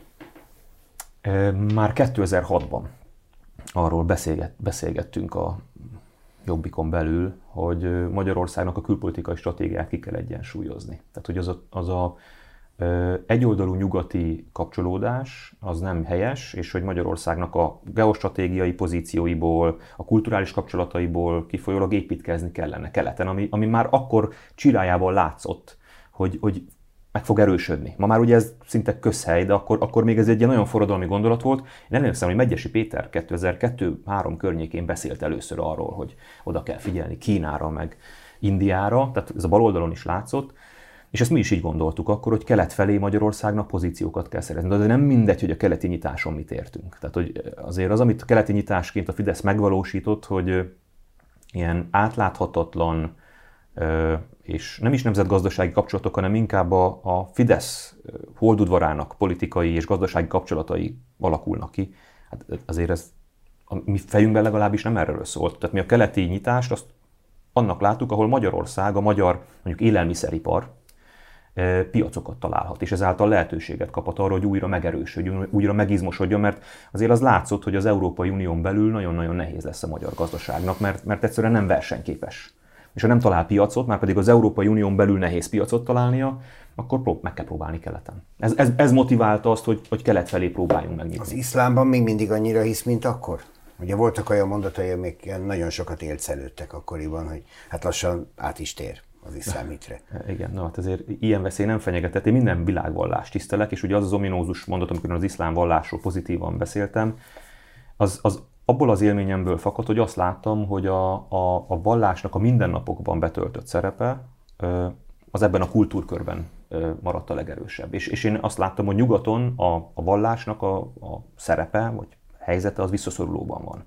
[SPEAKER 2] Már kétezer-hatban arról beszélget, beszélgettünk a Jobbikon belül, hogy Magyarországnak a külpolitikai stratégiát ki kell egyensúlyozni. Tehát, hogy az a, az a egyoldalú nyugati kapcsolódás az nem helyes, és hogy Magyarországnak a geostratégiai pozícióiból, a kulturális kapcsolataiból kifolyólag építkezni kellene keleten, ami, ami már akkor csirájában látszott, hogy, hogy meg fog erősödni. Ma már ugye ez szinte közhely, de akkor, akkor még ez egy nagyon forradalmi gondolat volt. Én emlékszem, hogy Medgyessy Péter kétezer-kettő-három környékén beszélt először arról, hogy oda kell figyelni Kínára, meg Indiára, tehát ez a bal oldalon is látszott, és ezt mi is így gondoltuk akkor, hogy kelet felé Magyarországnak pozíciókat kell szerezni. De nem mindegy, hogy a keleti nyitáson mit értünk. Tehát hogy azért az, amit a keleti nyitásként a Fidesz megvalósított, hogy ilyen átláthatatlan, és nem is nemzetgazdasági kapcsolatok, hanem inkább a, a Fidesz holdudvarának politikai és gazdasági kapcsolatai alakulnak ki. Hát azért ez a mi fejünkben legalábbis nem erről szólt. Tehát mi a keleti nyitást azt annak láttuk, ahol Magyarország, a magyar mondjuk élelmiszeripar piacokat találhat, és ezáltal lehetőséget kaphat arra, hogy újra megerősödjön, újra megizmosodjon, mert azért az látszott, hogy az Európai Unión belül nagyon-nagyon nehéz lesz a magyar gazdaságnak, mert, mert egyszerűen nem versenyképes. És ha nem talál piacot, már pedig az Európai Unión belül nehéz piacot találnia, akkor prób- meg kell próbálni keleten. Ez, ez, ez motiválta azt, hogy, hogy kelet felé próbáljunk megnyitni.
[SPEAKER 1] Az iszlámban még mindig annyira hisz, mint akkor? Ugye voltak olyan mondatai, amik nagyon sokat élcelődtek akkoriban, hogy hát lassan át is tér az iszlám hitre.
[SPEAKER 2] Igen, na hát ezért ilyen veszély nem fenyegetett. Én minden világvallást tisztelek, és ugye az az ominózus mondat, amikor az iszlám vallásról pozitívan beszéltem, az, az abból az élményemből fakad, hogy azt láttam, hogy a, a, a vallásnak a mindennapokban betöltött szerepe az ebben a kultúrkörben maradt a legerősebb. És, és én azt láttam, hogy nyugaton a, a vallásnak a, a szerepe, vagy helyzete az visszaszorulóban van.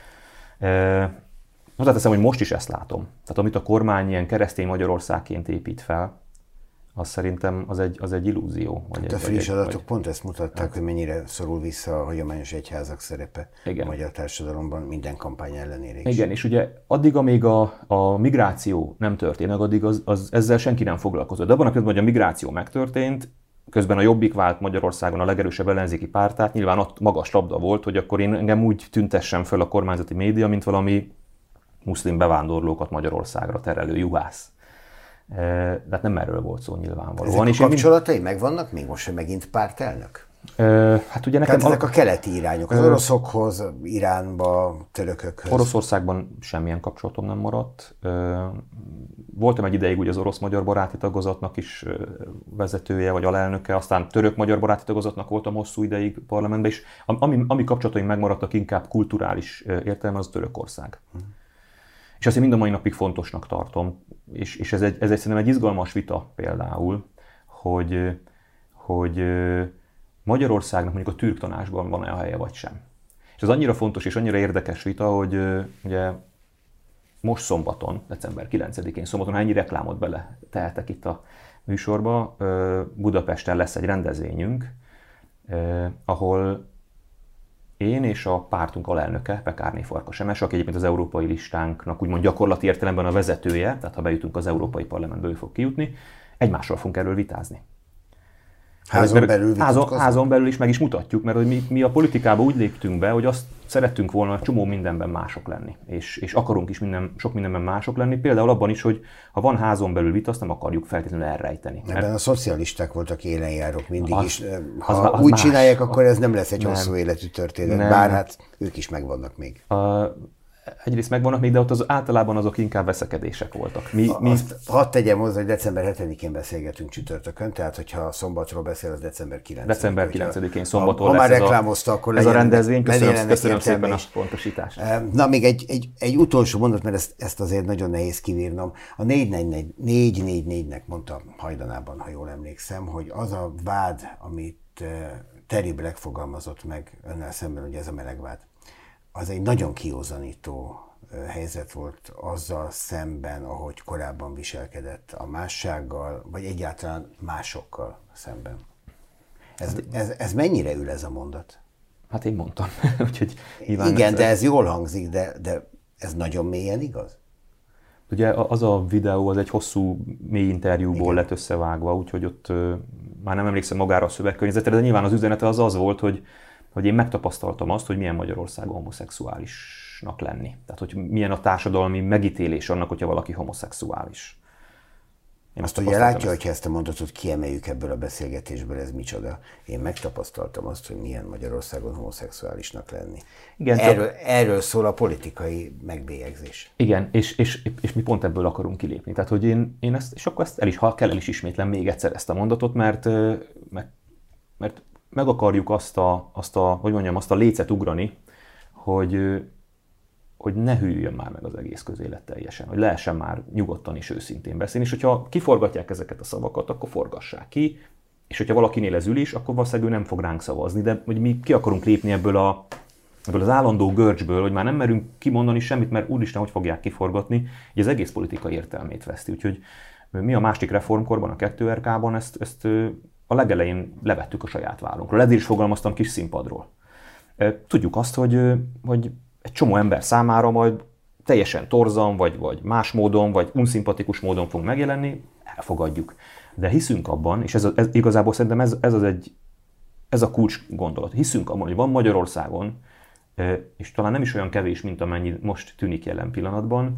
[SPEAKER 2] Hozzáteszem, hogy most is ezt látom. Tehát amit a kormány ilyen keresztény Magyarországként épít fel, az szerintem az egy, az egy illúzió.
[SPEAKER 1] Hát
[SPEAKER 2] egy,
[SPEAKER 1] a friss
[SPEAKER 2] egy,
[SPEAKER 1] adatok
[SPEAKER 2] vagy...
[SPEAKER 1] pont ezt mutatták, hát. hogy mennyire szorul vissza a hagyományos egyházak szerepe igen. a magyar társadalomban minden kampány ellenére is.
[SPEAKER 2] Igen, és ugye addig, amíg a, a migráció nem történt, addig az, az, ezzel senki nem foglalkozott. De abban a közben, hogy a migráció megtörtént, közben a Jobbik vált Magyarországon a legerősebb ellenzéki pártát, nyilván ott magas labda volt, hogy akkor én engem úgy tüntessen föl a kormányzati média, mint valami muszlim bevándorlókat Magyarországra terelő juhász. De hát nem erről volt szó nyilvánvalóan.
[SPEAKER 1] Ezek a kapcsolatai mind... megvannak még most, hogy megint pártelnök?
[SPEAKER 2] Hát ugye nekem...
[SPEAKER 1] Tehát ezek a keleti irányok, az oroszokhoz, Iránba, törökökhöz.
[SPEAKER 2] Oroszországban semmilyen kapcsolatom nem maradt. Voltam egy ideig ugye az orosz-magyar baráti tagozatnak is vezetője, vagy alelnöke, aztán török-magyar baráti tagozatnak voltam hosszú ideig parlamentben, és ami, ami kapcsolataim megmaradtak inkább kulturális értelemben, az Törökország. Hmm. És azt én mind a mai napig fontosnak tartom, és, és ez, egy, ez egy szerintem egy izgalmas vita például, hogy, hogy Magyarországnak mondjuk a türk tanácsban van-e a helye vagy sem. És ez annyira fontos és annyira érdekes vita, hogy ugye most szombaton, december kilencedikén szombaton, ha ennyi reklámot bele tehetek itt a műsorba, Budapesten lesz egy rendezvényünk, ahol én és a pártunk alelnöke, Pekárné Farkas Emes, aki egyébként az európai listánknak úgymond gyakorlati értelemben a vezetője, tehát ha bejutunk az Európai Parlamentbe, ő fog kijutni, egymással fogunk erről vitázni.
[SPEAKER 1] Házon mert, belül
[SPEAKER 2] házon, házon belül is meg is mutatjuk, mert hogy mi, mi a politikába úgy léptünk be, hogy azt szerettünk volna csomó mindenben mások lenni. És, és akarunk is minden, sok mindenben mások lenni. Például abban is, hogy ha van házon belül vita, azt nem akarjuk feltétlenül elrejteni.
[SPEAKER 1] Ebben mert... a szocialisták voltak élenjárók mindig
[SPEAKER 2] az,
[SPEAKER 1] is. Ha
[SPEAKER 2] az, az
[SPEAKER 1] úgy
[SPEAKER 2] más.
[SPEAKER 1] csinálják, akkor ez nem lesz egy
[SPEAKER 2] nem.
[SPEAKER 1] hosszú életű történet.
[SPEAKER 2] Nem.
[SPEAKER 1] Bár hát ők is megvannak még.
[SPEAKER 2] A, egyrészt megvannak még, de ott az általában azok inkább veszekedések voltak. Mi, mi...
[SPEAKER 1] Azt hadd tegyem hozzá, hogy december hetedikén beszélgetünk csütörtökön, tehát hogyha szombatról beszél, az december kilencedikén.
[SPEAKER 2] december kilencedikén szombaton
[SPEAKER 1] ha, ha
[SPEAKER 2] lesz
[SPEAKER 1] már reklámozta,
[SPEAKER 2] ez,
[SPEAKER 1] akkor
[SPEAKER 2] ez
[SPEAKER 1] legyen,
[SPEAKER 2] a rendezvény. Köszönöm, köszönöm szépen a
[SPEAKER 1] is.
[SPEAKER 2] pontosítást.
[SPEAKER 1] Na, még egy, egy, egy utolsó mondat, mert ezt, ezt azért nagyon nehéz kivírnom. A négy négy négynek mondta hajdanában, ha jól emlékszem, hogy az a vád, amit Terry Black fogalmazott meg önnel szemben, hogy ez a melegvád, az egy nagyon kiózanító helyzet volt azzal szemben, ahogy korábban viselkedett a mássággal, vagy egyáltalán másokkal szemben. Ez, ez, ez mennyire ül ez a mondat?
[SPEAKER 2] Hát én mondtam. Úgyhogy
[SPEAKER 1] igen, ez de ez jól hangzik, de, de ez nagyon mélyen igaz?
[SPEAKER 2] Ugye az a videó az egy hosszú, mély interjúból igen. lett összevágva, úgyhogy ott uh, már nem emlékszem magára a szövegkörnyezetre, de nyilván az üzenete az az volt, hogy, hogy én megtapasztaltam azt, hogy milyen Magyarországon homoszexuálisnak lenni. Tehát, hogy milyen a társadalmi megítélés annak, hogyha valaki homoszexuális.
[SPEAKER 1] Én azt ugye látja, hogyha ezt a mondatot kiemeljük ebből a beszélgetésből, ez micsoda. Én megtapasztaltam azt, hogy milyen Magyarországon homoszexuálisnak lenni. Igen, erről, te... erről szól a politikai megbélyegzés.
[SPEAKER 2] Igen, és, és, és mi pont ebből akarunk kilépni. Tehát, hogy én, én ezt, és akkor ezt el is, ha kell, el is ismétlem még egyszer ezt a mondatot, mert, mert, mert meg akarjuk azt a, azt a, hogy mondjam, azt a lécet ugrani, hogy, hogy ne hűljön már meg az egész közélet teljesen, hogy lehessen már nyugodtan és őszintén beszélni, és hogyha kiforgatják ezeket a szavakat, akkor forgassák ki, és hogyha valakinél ez ül is, akkor valószínűleg ő nem fog ránk szavazni, de hogy mi ki akarunk lépni ebből, a, ebből az állandó görcsből, hogy már nem merünk kimondani semmit, mert úristen, hogy fogják kiforgatni, hogy az egész politika értelmét veszti. Úgyhogy mi a másik reformkorban, a kettő er ká-ban ezt, ezt a legelején levettük a saját vállunkról. Ezért is fogalmaztam kis színpadról. Tudjuk azt, hogy, hogy egy csomó ember számára majd teljesen torzan, vagy, vagy más módon, vagy unszimpatikus módon fog megjelenni, elfogadjuk. De hiszünk abban, és ez, a, ez igazából szerintem ez, ez, az egy, ez a kulcs gondolat. Hiszünk abban, hogy van Magyarországon, és talán nem is olyan kevés, mint amennyi most tűnik jelen pillanatban,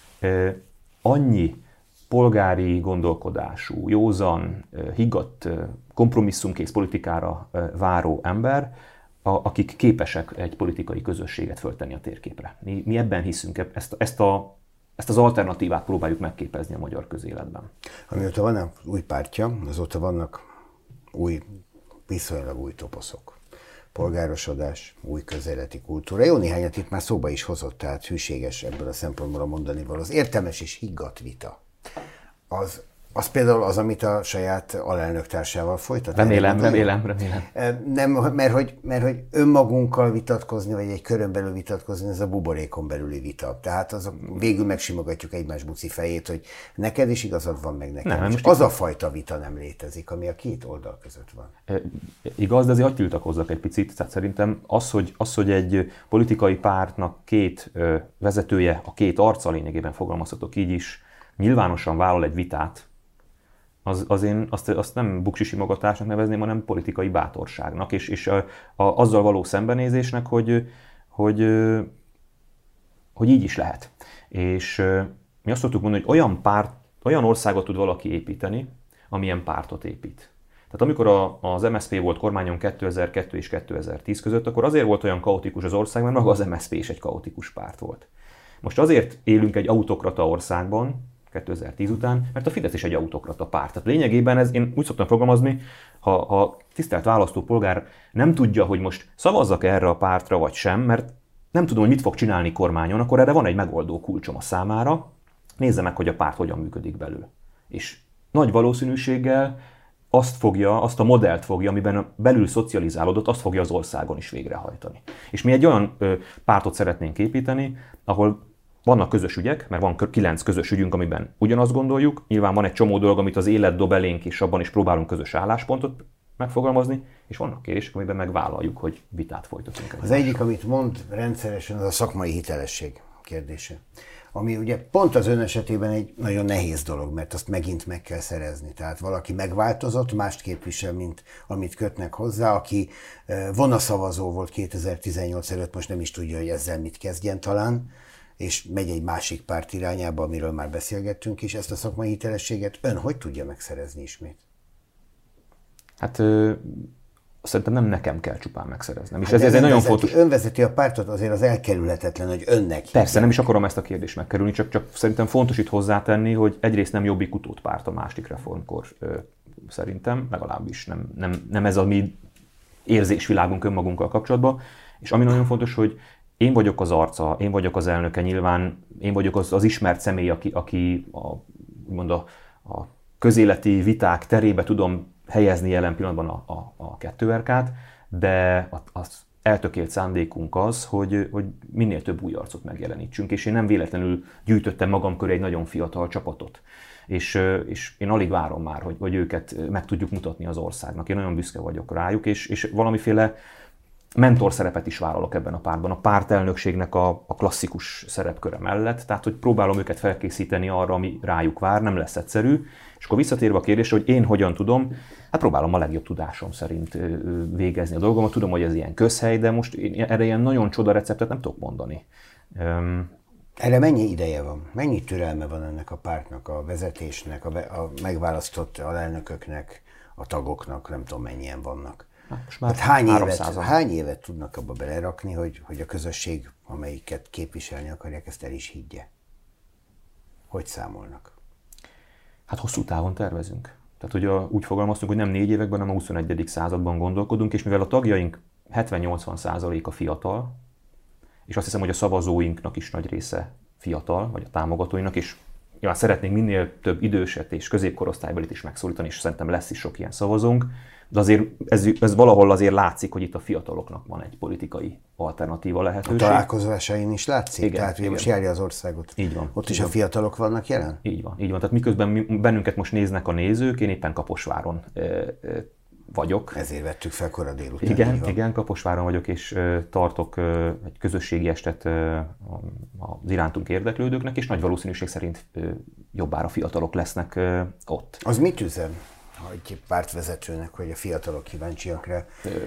[SPEAKER 2] annyi polgári gondolkodású, józan, higgadt, kompromisszumkész politikára váró ember, A, akik képesek egy politikai közösséget föltenni a térképre. Mi, mi ebben hiszünk, ezt, ezt, a, ezt az alternatívát próbáljuk megképezni a magyar közéletben.
[SPEAKER 1] Amióta van új pártja, azóta vannak új, viszonylag új toposzok. Polgárosodás, új közéleti kultúra. Jó néhányat itt már szóba is hozott, tehát hűséges ebből a szempontból a mondani való. Az értelmes és higgadt vita. Az Az például az, amit a saját alelnöktársával folytat.
[SPEAKER 2] Remélem, remélem, remélem.
[SPEAKER 1] Nem, mert hogy, mert hogy önmagunkkal vitatkozni, vagy egy körön belül vitatkozni, ez a buborékon belüli vita. Tehát azok, végül megsimogatjuk egymás buci fejét, hogy neked is igazad van, meg nekem. Nem, az a fajta vita nem létezik, ami a két oldal között van.
[SPEAKER 2] E, igaz, de azért hadd tiltakozzak egy picit. Tehát szerintem az hogy, az, hogy egy politikai pártnak két ö, vezetője, a két arca lényegében fogalmazhatok így is, nyilvánosan vállal egy vitát, Az, az én azt, azt nem buksisimogatásnak nevezném, hanem politikai bátorságnak, és, és a, a, azzal való szembenézésnek, hogy, hogy, hogy így is lehet. És mi azt szoktuk mondani, hogy olyan, párt, olyan országot tud valaki építeni, amilyen pártot épít. Tehát amikor a, az em es zé pé volt kormányon kétezer-kettő és kétezer-tíz között, akkor azért volt olyan kaotikus az ország, mert maga az em es zé pé is egy kaotikus párt volt. Most azért élünk egy autokrata országban, kétezer-tíz után, mert a Fidesz is egy autokrata párt. Tehát lényegében ez, én úgy szoktam fogalmazni, ha, ha tisztelt választópolgár nem tudja, hogy most szavazzak erre a pártra vagy sem, mert nem tudom, hogy mit fog csinálni kormányon, akkor erre van egy megoldó kulcsom a számára, nézze meg, hogy a párt hogyan működik belül. És nagy valószínűséggel azt fogja, azt a modellt fogja, amiben belül szocializálódott, azt fogja az országon is végrehajtani. És mi egy olyan ö, pártot szeretnénk építeni, ahol vannak közös ügyek, mert van kilenc közös ügyünk, amiben ugyanazt gondoljuk. Nyilván van egy csomó dolog, amit az élet dob elénk, és abban is próbálunk közös álláspontot megfogalmazni, és vannak kérések, amiben megvállaljuk, hogy vitát folytatunk.
[SPEAKER 1] Az egyik, amit mond rendszeresen, az a szakmai hitelesség kérdése. Ami ugye pont az ön esetében egy nagyon nehéz dolog, mert azt megint meg kell szerezni. Tehát valaki megváltozott, mást képvisel, mint amit kötnek hozzá, aki vonaszavazó volt kétezer-tizennyolc előtt, most nem is tudja, hogy ezzel mit kezdjen talán, és megy egy másik párt irányába, amiről már beszélgettünk is, ezt a szakmai hitelességet ön hogy tudja megszerezni ismét?
[SPEAKER 2] Hát szerintem nem nekem kell csupán megszereznem. És
[SPEAKER 1] hát
[SPEAKER 2] ez, ez egy nagyon fontos...
[SPEAKER 1] Önvezeti a pártot, azért az elkerülhetetlen, hogy önnek.
[SPEAKER 2] Persze, nem is akarom ezt a kérdést megkerülni, csak, csak szerintem fontos itt hozzátenni, hogy egyrészt nem Jobbik utódpárt a második reformkor szerintem, legalábbis nem, nem, nem ez a mi érzésvilágunk önmagunkkal kapcsolatban. És ami nagyon fontos, hogy én vagyok az arca, én vagyok az elnöke, nyilván én vagyok az, az ismert személy, aki, aki a, úgymond a, a közéleti viták terébe tudom helyezni jelen pillanatban a, a, a kettő er ká-t, de az eltökélt szándékunk az, hogy, hogy minél több új arcot megjelenítsünk, és én nem véletlenül gyűjtöttem magam köré egy nagyon fiatal csapatot. És, és én alig várom már, hogy, hogy őket meg tudjuk mutatni az országnak. Én nagyon büszke vagyok rájuk, és, és valamiféle mentor szerepet is vállalok ebben a pártban, a pártelnökségnek a, a klasszikus szerepköre mellett, tehát hogy próbálom őket felkészíteni arra, ami rájuk vár, nem lesz egyszerű. És akkor visszatérve a kérdésre, hogy én hogyan tudom, hát próbálom a legjobb tudásom szerint végezni a dolgomat. Tudom, hogy ez ilyen közhely, de most én erre ilyen nagyon csoda receptet nem tudok mondani. Um,
[SPEAKER 1] Erre mennyi ideje van? Mennyi türelme van ennek a pártnak, a vezetésnek, a, be, a megválasztott alelnököknek, a tagoknak, nem tudom mennyien vannak? Hát már hát hány, évet, hány évet tudnak abba belerakni, hogy, hogy a közösség, amelyiket képviselni akarják, ezt el is higgye? Hogy számolnak?
[SPEAKER 2] Hát hosszú távon tervezünk. Tehát ugye úgy fogalmaztunk, hogy nem négy években, hanem a huszonegyedik században gondolkodunk, és mivel a tagjaink hetven-nyolcvan százaléka fiatal, és azt hiszem, hogy a szavazóinknak is nagy része fiatal, vagy a támogatóinak, és nyilván szeretnénk minél több időset és középkorosztálybelit is megszólítani, és szerintem lesz is sok ilyen szavazónk, de azért ez, ez valahol azért látszik, hogy itt a fiataloknak van egy politikai alternatíva lehetőség.
[SPEAKER 1] A találkozásain is látszik?
[SPEAKER 2] Igen,
[SPEAKER 1] Tehát ugye most járja az országot.
[SPEAKER 2] Így van.
[SPEAKER 1] Ott is
[SPEAKER 2] így
[SPEAKER 1] a fiatalok van. vannak jelen?
[SPEAKER 2] Így van. Így van. Tehát miközben mi, bennünket most néznek a nézők, én éppen Kaposváron e, e, vagyok.
[SPEAKER 1] Ezért vettük fel kora délután.
[SPEAKER 2] Igen, igen, Kaposváron vagyok, és e, tartok e, egy közösségi estet e, az irántunk érdeklődőknek, és nagy valószínűség szerint e, jobbára fiatalok lesznek e, ott.
[SPEAKER 1] Az mit üzen egy pártvezetőnek, hogy a fiatalok kíváncsiak rá?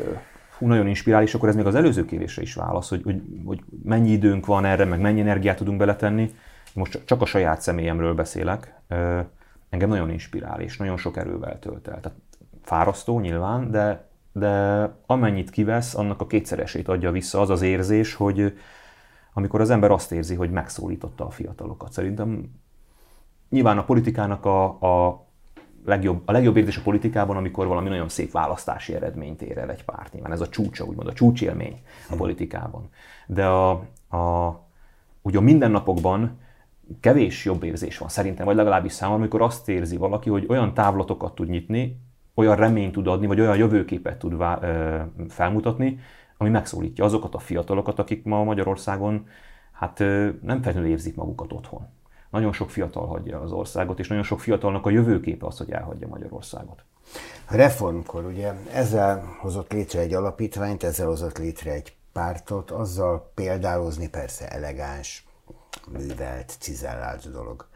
[SPEAKER 2] Hú, nagyon inspirális, akkor ez még az előző kérdésre is válasz, hogy, hogy, hogy mennyi időnk van erre, meg mennyi energiát tudunk beletenni. Most csak a saját személyemről beszélek. Engem nagyon inspirál, és nagyon sok erővel tölt el. Tehát fárasztó nyilván, de, de amennyit kivesz, annak a kétszeresét adja vissza az az érzés, hogy amikor az ember azt érzi, hogy megszólította a fiatalokat. Szerintem nyilván a politikának a, a Legjobb, a legjobb érzés a politikában, amikor valami nagyon szép választási eredményt ér el egy párt. Nyilván ez a csúcsa, úgymond a csúcsélmény a politikában. De a, a, ugye a mindennapokban kevés jobb érzés van szerintem, vagy legalábbis számomra, amikor azt érzi valaki, hogy olyan távlatokat tud nyitni, olyan reményt tud adni, vagy olyan jövőképet tud vá, ö, felmutatni, ami megszólítja azokat a fiatalokat, akik ma Magyarországon hát ö, nem feltétlenül érzik magukat otthon. Nagyon sok fiatal hagyja az országot, és nagyon sok fiatalnak a jövőképe az, hogy elhagyja Magyarországot.
[SPEAKER 1] A reformkor ugye ezzel hozott létre egy alapítványt, ezzel hozott létre egy pártot, azzal példálozni persze elegáns, művelt, cizellált dolog.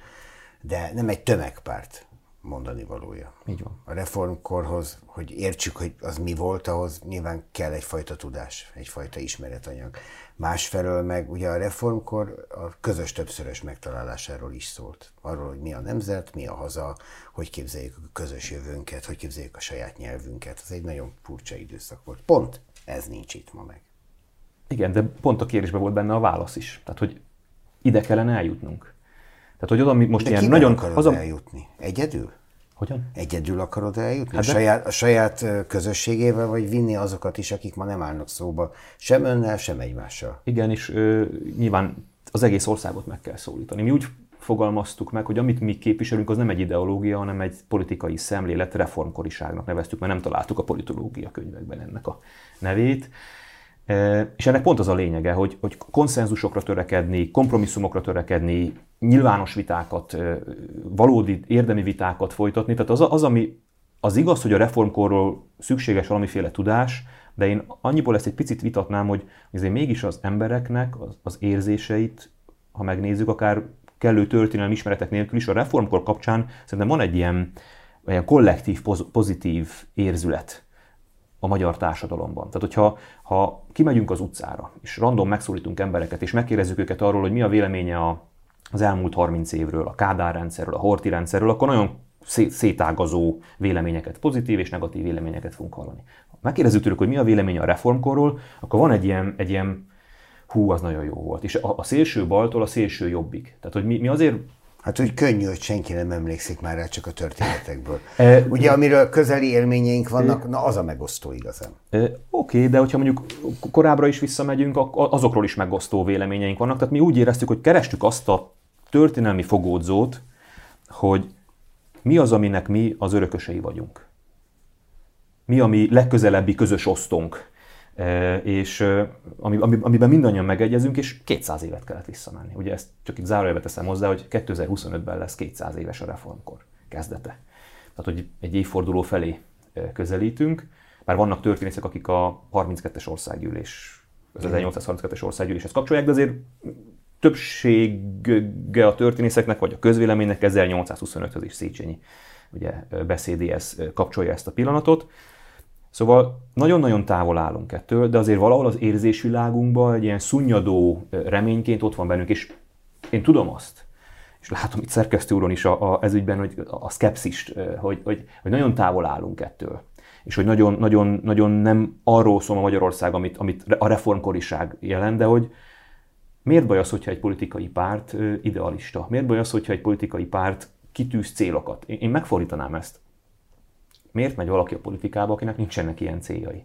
[SPEAKER 1] De nem egy tömegpárt mondani valója.
[SPEAKER 2] Így van.
[SPEAKER 1] A reformkorhoz, hogy értsük, hogy az mi volt, ahhoz nyilván kell egyfajta tudás, egyfajta ismeretanyag. Másfelől meg ugye a reformkor a közös többszörös megtalálásáról is szólt. Arról, hogy mi a nemzet, mi a haza, hogy képzeljük a közös jövőnket, hogy képzeljük a saját nyelvünket. Ez egy nagyon furcsa időszak volt. Pont ez nincs itt ma meg.
[SPEAKER 2] Igen, de pont a kérdésben volt benne a válasz is. Tehát, hogy ide kellene eljutnunk. Tehát, hogy oda mi most
[SPEAKER 1] de
[SPEAKER 2] ilyen
[SPEAKER 1] kivel
[SPEAKER 2] nagyon...
[SPEAKER 1] akarod
[SPEAKER 2] haza...
[SPEAKER 1] eljutni? Egyedül?
[SPEAKER 2] Hogyan?
[SPEAKER 1] Egyedül akarod eljutni?
[SPEAKER 2] Hát
[SPEAKER 1] a,
[SPEAKER 2] de...
[SPEAKER 1] saját, a saját közösségével, vagy vinni azokat is, akik ma nem állnak szóba, sem önnel, sem egymással?
[SPEAKER 2] Igen, és ö, nyilván az egész országot meg kell szólítani. Mi úgy fogalmaztuk meg, hogy amit mi képviselünk, az nem egy ideológia, hanem egy politikai szemlélet, reformkoriságnak neveztük, mert nem találtuk a politológia könyvekben ennek a nevét. És ennek pont az a lényege, hogy, hogy konszenzusokra törekedni, kompromisszumokra törekedni, nyilvános vitákat, valódi érdemi vitákat folytatni. Tehát az, az, ami az igaz, hogy a reformkorról szükséges valamiféle tudás, de én annyiból ezt egy picit vitatnám, hogy azért mégis az embereknek az, az érzéseit, ha megnézzük, akár kellő történelmi ismeretek nélkül is, a reformkor kapcsán szerintem van egy ilyen, ilyen kollektív, pozitív érzület a magyar társadalomban. Tehát, hogyha ha kimegyünk az utcára, és random megszólítunk embereket, és megkérdezzük őket arról, hogy mi a véleménye a, az elmúlt harminc évről, a Kádár rendszerről, a Horthy rendszerről, akkor nagyon szétágazó véleményeket, pozitív és negatív véleményeket fogunk hallani. Ha megkérdezzük tőlük, hogy mi a véleménye a reformkorról, akkor van egy ilyen, egy ilyen hú, az nagyon jó volt. És a, a szélső baltól a szélső jobbig. Tehát, hogy mi, mi azért...
[SPEAKER 1] Hát, hogy könnyű, hogy senki nem emlékszik már rá, csak a történetekből. Ugye, amiről közeli élményeink vannak, na az a megosztó igazán.
[SPEAKER 2] Oké, okay, de hogyha mondjuk korábbra is visszamegyünk, azokról is megosztó véleményeink vannak. Tehát mi úgy éreztük, hogy kerestük azt a történelmi fogódzót, hogy mi az, aminek mi az örökösei vagyunk. Mi a mi legközelebbi közös osztónk. És amiben mindannyian megegyezünk, és kétszáz évet kellett visszamenni. Ugye ezt csak itt zárójelbe teszem hozzá, hogy kétezer-huszonötben lesz kétszáz éves a reformkor kezdete. Tehát, hogy egy évforduló felé közelítünk, bár vannak történészek, akik a harminckettes országgyűlés, az ezernyolcszázharminckettes országgyűléshez kapcsolják, de azért többsége a történészeknek, vagy a közvéleménynek ezernyolcszázhuszonöthöz is Széchenyi ugye, beszédéhez kapcsolja ezt a pillanatot. Szóval nagyon-nagyon távol állunk ettől, de azért valahol az érzésvilágunkban egy ilyen szunnyadó reményként ott van bennünk, és én tudom azt, és látom itt szerkesztő úron is a, a, ez ügyben, hogy a szkepszist, hogy, hogy, hogy nagyon távol állunk ettől, és hogy nagyon, nagyon, nagyon nem arról szól a Magyarország, amit, amit a reformkoriság jelent, de hogy miért baj az, hogyha egy politikai párt idealista? Miért baj az, hogyha egy politikai párt kitűz célokat? Én, én megfordítanám ezt. Miért megy valaki a politikába, akinek nincsenek ilyen céljai?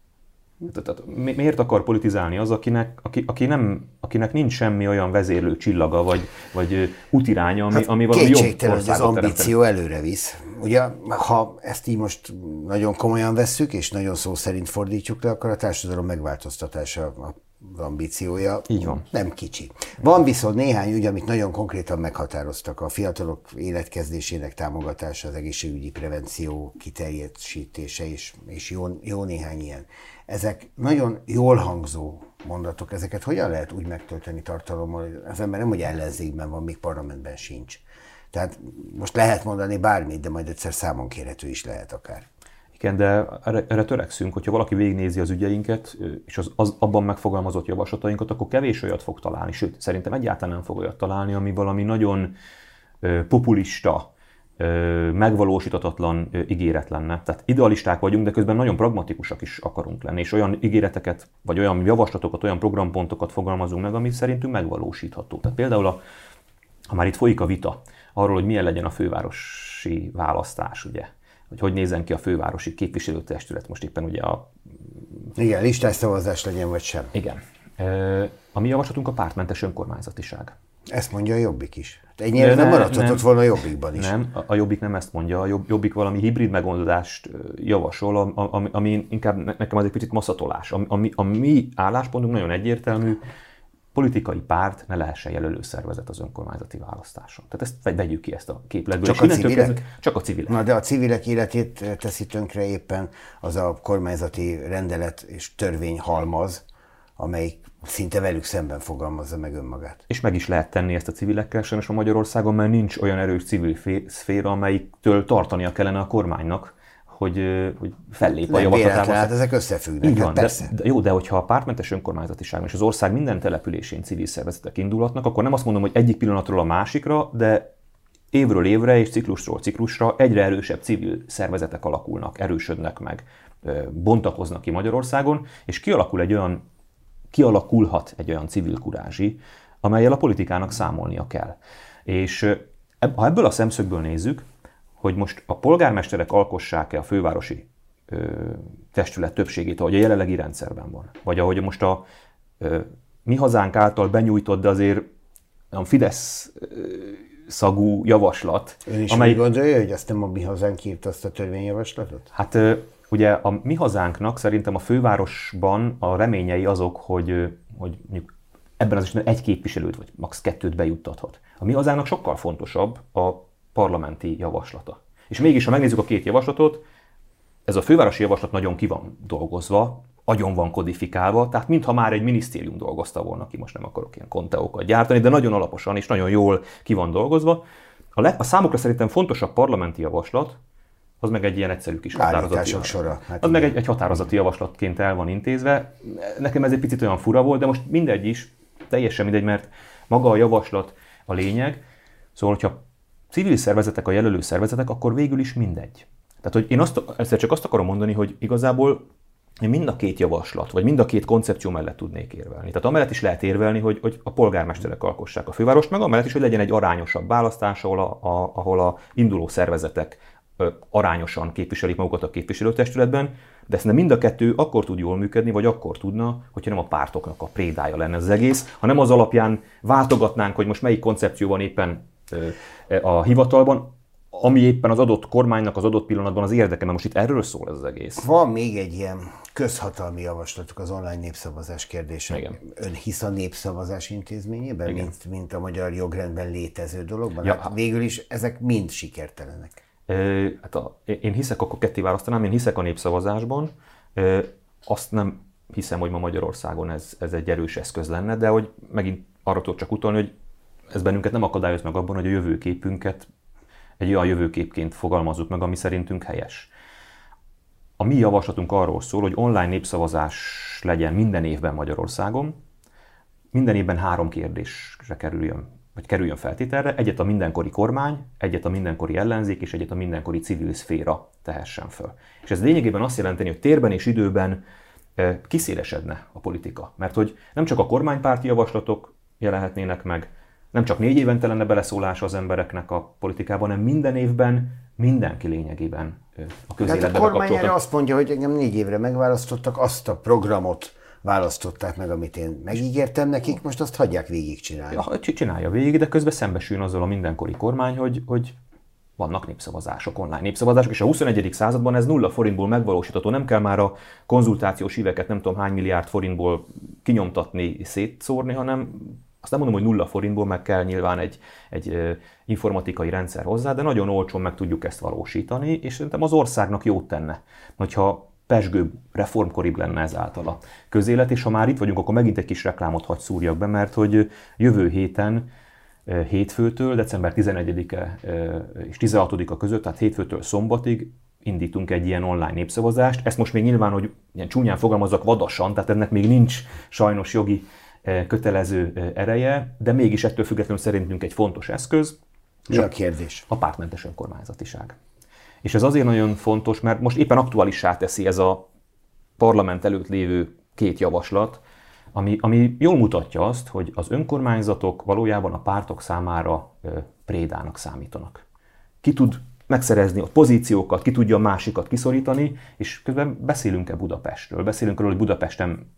[SPEAKER 2] Tehát, miért akar politizálni az, akinek, aki, aki nem, akinek nincs semmi olyan vezérlő csillaga, vagy, vagy útiránya, ami,
[SPEAKER 1] hát
[SPEAKER 2] ami valami jobb országot
[SPEAKER 1] hogy az ambíció előre visz. Ugye, ha ezt így most nagyon komolyan vesszük, és nagyon szó szerint fordítjuk le, akkor a társadalom megváltoztatása az ambíciója
[SPEAKER 2] így van.
[SPEAKER 1] Nem kicsi. Van viszont néhány ügy, amit nagyon konkrétan meghatároztak. A fiatalok életkezdésének támogatása, az egészségügyi prevenció kiterjesztése, és, és jó, jó néhány ilyen. Ezek nagyon jól hangzó mondatok, ezeket hogyan lehet úgy megtölteni tartalommal, hogy az ember nem, hogy ellenzékben van, még parlamentben sincs. Tehát most lehet mondani bármit, de majd egyszer számon kérhető is lehet akár.
[SPEAKER 2] Igen, de erre, erre törekszünk, hogyha valaki végignézi az ügyeinket, és az, az abban megfogalmazott javaslatainkat, akkor kevés olyat fog találni, sőt, szerintem egyáltalán nem fog olyat találni, ami valami nagyon ö, populista, ö, megvalósíthatatlan ö, ígéret lenne. Tehát idealisták vagyunk, de közben nagyon pragmatikusak is akarunk lenni, és olyan ígéreteket, vagy olyan javaslatokat, olyan programpontokat fogalmazunk meg, ami szerintünk megvalósítható. Tehát például, a, ha már itt folyik a vita arról, hogy milyen legyen a fővárosi választás, ugye, hogy hogy nézzen ki a fővárosi képviselőtestület, most éppen ugye a...
[SPEAKER 1] Igen, listás szavazás legyen, vagy sem.
[SPEAKER 2] Igen. A mi javaslatunk a pártmentes önkormányzatiság.
[SPEAKER 1] Ezt mondja a Jobbik is. Ennyire nem maradhatott volna a Jobbikban is.
[SPEAKER 2] Nem, a Jobbik nem ezt mondja. A Jobbik valami hibrid megoldást javasol, ami, ami inkább nekem az egy picit maszatolás. A, a, a mi álláspontunk nagyon egyértelmű, politikai párt ne lehessen jelölő szervezet az önkormányzati választáson. Tehát ezt vegyük ki, ezt a képletből.
[SPEAKER 1] Csak a civilek?
[SPEAKER 2] Kezdve, csak a civilek.
[SPEAKER 1] Na, de a civilek életét teszi tönkre éppen az a kormányzati rendelet és törvény halmaz, amelyik szinte velük szemben fogalmazza meg önmagát.
[SPEAKER 2] És meg is lehet tenni ezt a civilekkel, sajnos a Magyarországon, mert nincs olyan erős civil szféra, amelyiktől tartania kellene a kormánynak, hogy, hogy fellép a javaslatához.
[SPEAKER 1] Hát ezek összefüggnek,
[SPEAKER 2] így van,
[SPEAKER 1] hát persze.
[SPEAKER 2] De, de jó, de hogyha a pártmentes önkormányzatiságon és az ország minden településén civil szervezetek indulhatnak, akkor nem azt mondom, hogy egyik pillanatról a másikra, de évről évre és ciklusról ciklusra egyre erősebb civil szervezetek alakulnak, erősödnek meg, bontakoznak ki Magyarországon, és kialakul egy olyan, kialakulhat egy olyan civil kurázsi, amellyel a politikának számolnia kell. És ha ebből a szemszögből nézzük, hogy most a polgármesterek alkossák-e a fővárosi ö, testület többségét, ahogy a jelenlegi rendszerben van, vagy ahogy most a ö, Mi Hazánk által benyújtott, de azért a Fidesz ö, szagú javaslat.
[SPEAKER 1] Ön is amely... úgy gondolja, hogy azt nem a Mi Hazánk írt azt a törvényjavaslatot?
[SPEAKER 2] Hát ö, ugye a Mi Hazánknak szerintem a fővárosban a reményei azok, hogy, hogy mondjuk ebben az esetben egy képviselőt, vagy max. kettőt bejuttathat. A Mi Hazánknak sokkal fontosabb a parlamenti javaslata. És mégis, ha megnézzük a két javaslatot, ez a fővárosi javaslat nagyon ki van dolgozva, agyon van kodifikálva, tehát mintha már egy minisztérium dolgozta volna ki, most nem akarok ilyen konteókat gyártani, de nagyon alaposan és nagyon jól ki van dolgozva. A, leg, a számukra szerintem fontosabb parlamenti javaslat, az meg egy ilyen egyszerű kis határozati javaslat. Hát az meg egy, egy határozati javaslatként el van intézve. Nekem ez egy picit olyan fura volt, de most mindegy is, teljesen mindegy, mert maga a javaslat a lényeg. Szóval, hogyha civil szervezetek, a jelölő szervezetek, akkor végül is mindegy. Tehát, hogy én azt, ezt csak azt akarom mondani, hogy igazából én mind a két javaslat, vagy mind a két koncepció mellett tudnék érvelni. Tehát amellett is lehet érvelni, hogy, hogy a polgármesterek alkossák a fővárost, meg amellett is, hogy legyen egy arányosabb választás, ahol a, a, ahol a induló szervezetek ö, arányosan képviselik magukat a képviselőtestületben, de ezt nem mind a kettő akkor tud jól működni, vagy akkor tudna, hogyha nem a pártoknak a prédája lenne az egész, hanem az alapján váltogatnánk, hogy most melyik koncepció van éppen ö, a hivatalban, ami éppen az adott kormánynak az adott pillanatban az érdeke, mert most itt erről szól ez az egész.
[SPEAKER 1] Van még egy ilyen közhatalmi javaslatuk az online népszavazás kérdése.
[SPEAKER 2] Igen.
[SPEAKER 1] Ön hisz a népszavazás intézményében, mint, mint a magyar jogrendben létező dologban?
[SPEAKER 2] Ja,
[SPEAKER 1] hát végül is ezek mind sikertelenek.
[SPEAKER 2] Ö, hát a, én hiszek, akkor ketté választanám, én hiszek a népszavazásban. Ö, azt nem hiszem, hogy ma Magyarországon ez, ez egy erős eszköz lenne, de hogy megint arra tudok csak utalni, hogy ez bennünket nem akadályoz meg abban, hogy a jövőképünket egy olyan jövőképként fogalmazzuk meg, ami szerintünk helyes. A mi javaslatunk arról szól, hogy online népszavazás legyen minden évben Magyarországon, minden évben három kérdésre kerüljön, vagy kerüljön feltételre, egyet a mindenkori kormány, egyet a mindenkori ellenzék, és egyet a mindenkori civil szféra tehessen föl. És ez lényegében azt jelenteni, hogy térben és időben kiszélesedne a politika. Mert hogy nem csak a kormánypárti javaslatok jelenhetnének meg, nem csak négy évente lenne beleszólása az embereknek a politikában, hanem minden évben mindenki lényegében a közéletbe
[SPEAKER 1] bekapcsolódott. A kormány erre azt mondja, hogy engem négy évre megválasztottak, azt a programot választották meg, amit én megígértem nekik, most azt hagyják végigcsinálni.
[SPEAKER 2] Ja, csinálja végig, de közben szembesüljön azzal a mindenkori kormány, hogy, hogy vannak népszavazások, online népszavazások, és a huszonegyedik században ez nulla forintból megvalósítható, nem kell már a konzultációs íveket nem tudom hány milliárd forintból kinyomtatni, szétszórni, hanem azt nem mondom, hogy nulla forintból meg kell nyilván egy, egy informatikai rendszer hozzá, de nagyon olcsón meg tudjuk ezt valósítani, és szerintem az országnak jót tenne, hogyha pezsgőbb, reformkoribb lenne ezáltal a közélet, és ha már itt vagyunk, akkor megint egy kis reklámot hagy szúrjak be, mert hogy jövő héten, hétfőtől, december tizenegyedike és tizenhatodika között, tehát hétfőtől szombatig indítunk egy ilyen online népszavazást. Ezt most még nyilván, hogy ilyen csúnyán fogalmazzak, vadasan, tehát ennek még nincs sajnos jogi kötelező ereje, de mégis ettől függetlenül szerintünk egy fontos eszköz.
[SPEAKER 1] Mi a kérdés?
[SPEAKER 2] A pártmentes önkormányzatiság. És ez azért nagyon fontos, mert most éppen aktuálissá teszi ez a parlament előtt lévő két javaslat, ami, ami jól mutatja azt, hogy az önkormányzatok valójában a pártok számára prédának számítanak. Ki tud megszerezni a pozíciókat, ki tudja a másikat kiszorítani, és közben beszélünk-e Budapestről, beszélünk arról, hogy Budapesten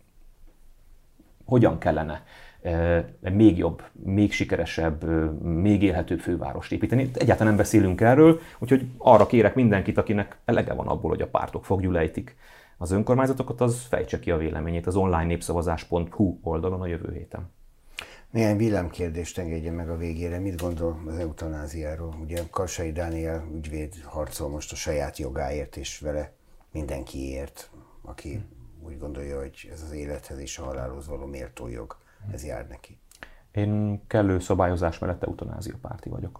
[SPEAKER 2] hogyan kellene még jobb, még sikeresebb, még élhetőbb fővárost építeni. Egyáltalán nem beszélünk erről, úgyhogy arra kérek mindenkit, akinek elege van abból, hogy a pártok foggyulejtik az önkormányzatokat, az fejtse ki a véleményét az online népszavazás pont hu oldalon a jövő héten.
[SPEAKER 1] Néhány villámkérdést engedjen meg a végére. Mit gondol az eutanáziáról? Ugye Karsai Dániel ügyvéd harcol most a saját jogáért, és vele mindenkiért, aki úgy gondolja, hogy ez az élethez és a halálhoz való méltó jog, ez jár neki.
[SPEAKER 2] Én kellő szabályozás mellett eutanázia párti vagyok.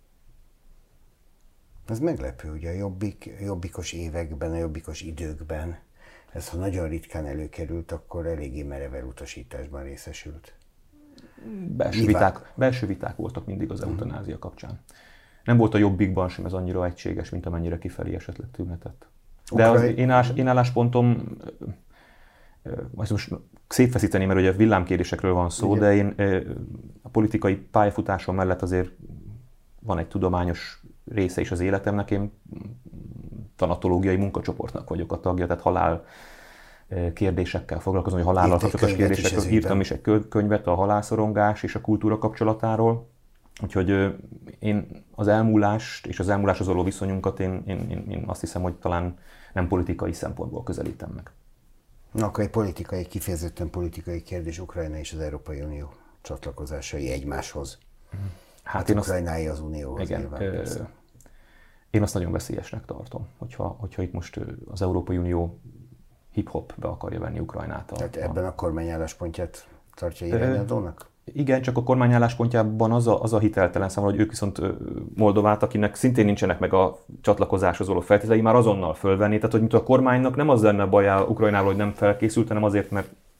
[SPEAKER 1] Ez meglepő, ugye a jobbik, jobbikos években, a jobbikos időkben, ez ha nagyon ritkán előkerült, akkor eléggé merev elutasításban részesült.
[SPEAKER 2] Belső viták, belső viták voltak mindig az eutanázia kapcsán. Nem volt a jobbikban sem ez annyira egységes, mint amennyire kifelé esetleg tűnhetett. De az én, állás, én álláspontom, ezt most szétfeszíteni, mert ugye villámkérdésekről van szó, ugye? De én a politikai pályafutásom mellett azért van egy tudományos része is az életemnek, én tanatológiai munkacsoportnak vagyok a tagja, tehát halál kérdésekkel foglalkozom, hogy halállal kapcsolatos kérdésekről írtam is egy könyvet a halálszorongás és a kultúra kapcsolatáról. Úgyhogy én az elmúlást és az elmúláshoz való viszonyunkat én, én, én, én azt hiszem, hogy talán nem politikai szempontból közelítem meg.
[SPEAKER 1] Na, akkor egy politikai, kifejezetten politikai kérdés, Ukrajna és az Európai Unió csatlakozásai egymáshoz. Hát, hát én Ukrajnái az Unióhoz
[SPEAKER 2] igen,
[SPEAKER 1] nyilván,
[SPEAKER 2] ö, én azt nagyon veszélyesnek tartom, hogyha, hogyha itt most az Európai Unió hip-hop be akarja venni Ukrajnát. A,
[SPEAKER 1] Tehát ebben a kormány álláspontját tartja irányadónak?
[SPEAKER 2] Igen, csak a kormány álláspontjában az a, az a hiteltelen számomra, hogy ők viszont Moldovát, akinek szintén nincsenek meg a csatlakozáshoz való feltételei, már azonnal fölvenni. Tehát, hogy mint a kormánynak nem az lenne baja Ukrajnával, hogy nem felkészült, hanem azért, mert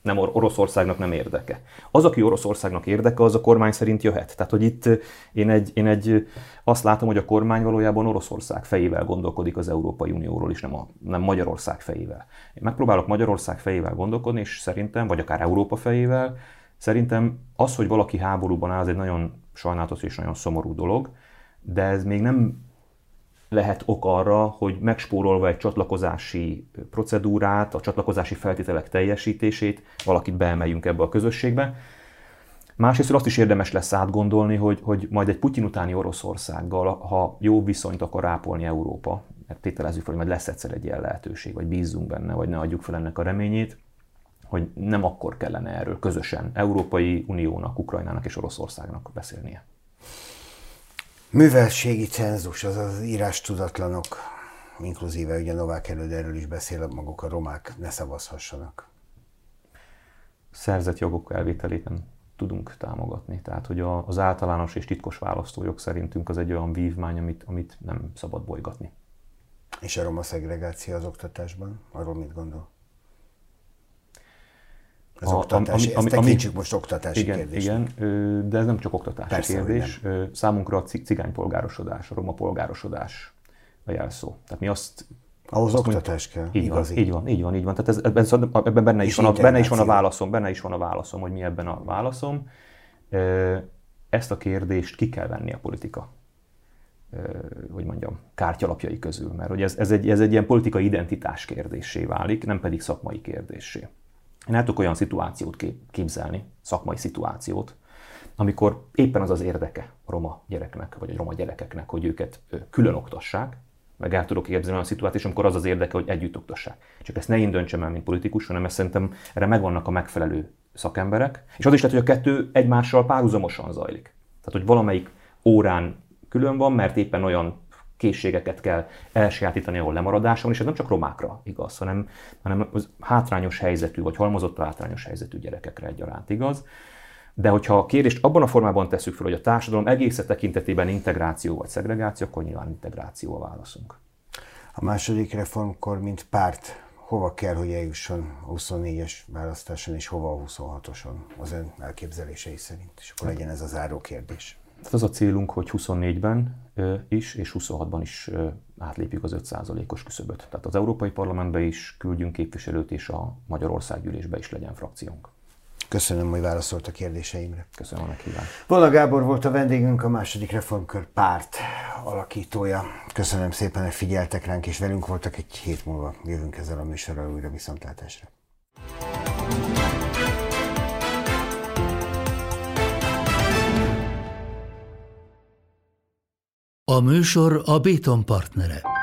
[SPEAKER 2] Nem Oroszországnak nem érdeke. Az, aki Oroszországnak érdeke, az a kormány szerint jöhet. Tehát, hogy itt én egy, én egy azt látom, hogy a kormány valójában Oroszország fejével gondolkodik az Európai Unióról is, nem, a, nem Magyarország fejével. Én megpróbálok Magyarország fejével gondolkodni, és szerintem, vagy akár Európa fejével, szerintem az, hogy valaki háborúban áll, az egy nagyon sajnálatos és nagyon szomorú dolog, de ez még nem lehet ok arra, hogy megspórolva egy csatlakozási procedúrát, a csatlakozási feltételek teljesítését, valakit beemeljünk ebbe a közösségbe. Másrészt azt is érdemes lesz átgondolni, hogy, hogy majd egy Putyin utáni Oroszországgal, ha jó viszonyt akar ápolni Európa, mert tételezzük fel, hogy majd lesz egyszer egy ilyen lehetőség, vagy bízzunk benne, vagy ne adjuk fel ennek a reményét, hogy nem akkor kellene erről közösen Európai Uniónak, Ukrajnának és Oroszországnak beszélnie.
[SPEAKER 1] Műveltségi cenzus, azaz írástudatlanok, inkluzíve ugye Novák Előd erről is beszél, maguk a romák ne szavazhassanak.
[SPEAKER 2] Szerzett jogok elvételét nem tudunk támogatni. Tehát, hogy az általános és titkos választójog szerintünk az egy olyan vívmány, amit, amit nem szabad bolygatni.
[SPEAKER 1] És a roma szegregáció az oktatásban? Arról mit gondol? Az a, oktatási, ami, ezt tekintsük most oktatási
[SPEAKER 2] igen,
[SPEAKER 1] kérdésnek.
[SPEAKER 2] Igen, de ez nem csak oktatási
[SPEAKER 1] Persze,
[SPEAKER 2] kérdés. Számunkra a cigánypolgárosodás, a roma polgárosodás a jelszó. Tehát mi azt...
[SPEAKER 1] Ahhoz azt oktatás mondjuk, kell,
[SPEAKER 2] így
[SPEAKER 1] igazi.
[SPEAKER 2] Van, így van, így van, így van. Tehát ez, ebben, ebben benne, is van a, benne is van a válaszom, benne is van a válaszom, hogy mi ebben a válaszom. Ezt a kérdést ki kell venni a politika, hogy mondjam, kártyalapjai közül, mert hogy ez, ez, egy, ez egy ilyen politikai identitás kérdéssé válik, nem pedig szakmai kérdéssé. Én el tudok olyan szituációt képzelni, szakmai szituációt, amikor éppen az az érdeke a roma gyereknek, vagy a roma gyerekeknek, hogy őket külön oktassák, meg el tudok képzelni olyan szituációt, amikor az az érdeke, hogy együtt oktassák. Csak ezt ne én döntsem el, mint politikus, hanem ezt szerintem erre megvannak a megfelelő szakemberek, és az is lehet, hogy a kettő egymással párhuzamosan zajlik. Tehát, hogy valamelyik órán külön van, mert éppen olyan készségeket kell elsajátítani, ahol lemaradás van, és ez nem csak romákra igaz, hanem, hanem az hátrányos helyzetű, vagy halmozott hátrányos helyzetű gyerekekre egyaránt igaz. De hogyha a kérdést abban a formában tesszük fel, hogy a társadalom egész tekintetében integráció vagy szegregáció, akkor nyilván integráció a válaszunk.
[SPEAKER 1] A második reformkor, mint párt, hova kell, hogy eljusson a huszonnégyes választáson, és hova a huszonhatoson az ön elképzelései szerint? És akkor legyen ez a záró kérdés.
[SPEAKER 2] Tehát az a célunk, hogy huszonnégyben is és huszonhatban is átlépjük az öt százalékos küszöböt. Tehát az Európai Parlamentbe is küldjünk képviselőt, és a Magyarországgyűlésbe is legyen frakciónk.
[SPEAKER 1] Köszönöm, hogy válaszolt a kérdéseimre.
[SPEAKER 2] Köszönöm a meghívást.
[SPEAKER 1] Vala Gábor volt a vendégünk, a második reformkör párt alakítója. Köszönöm szépen, hogy figyeltek ránk, és velünk voltak. Egy hét múlva jövünk ezzel a műsorral újra, viszontlátásra.
[SPEAKER 3] A műsor a Béton partnere.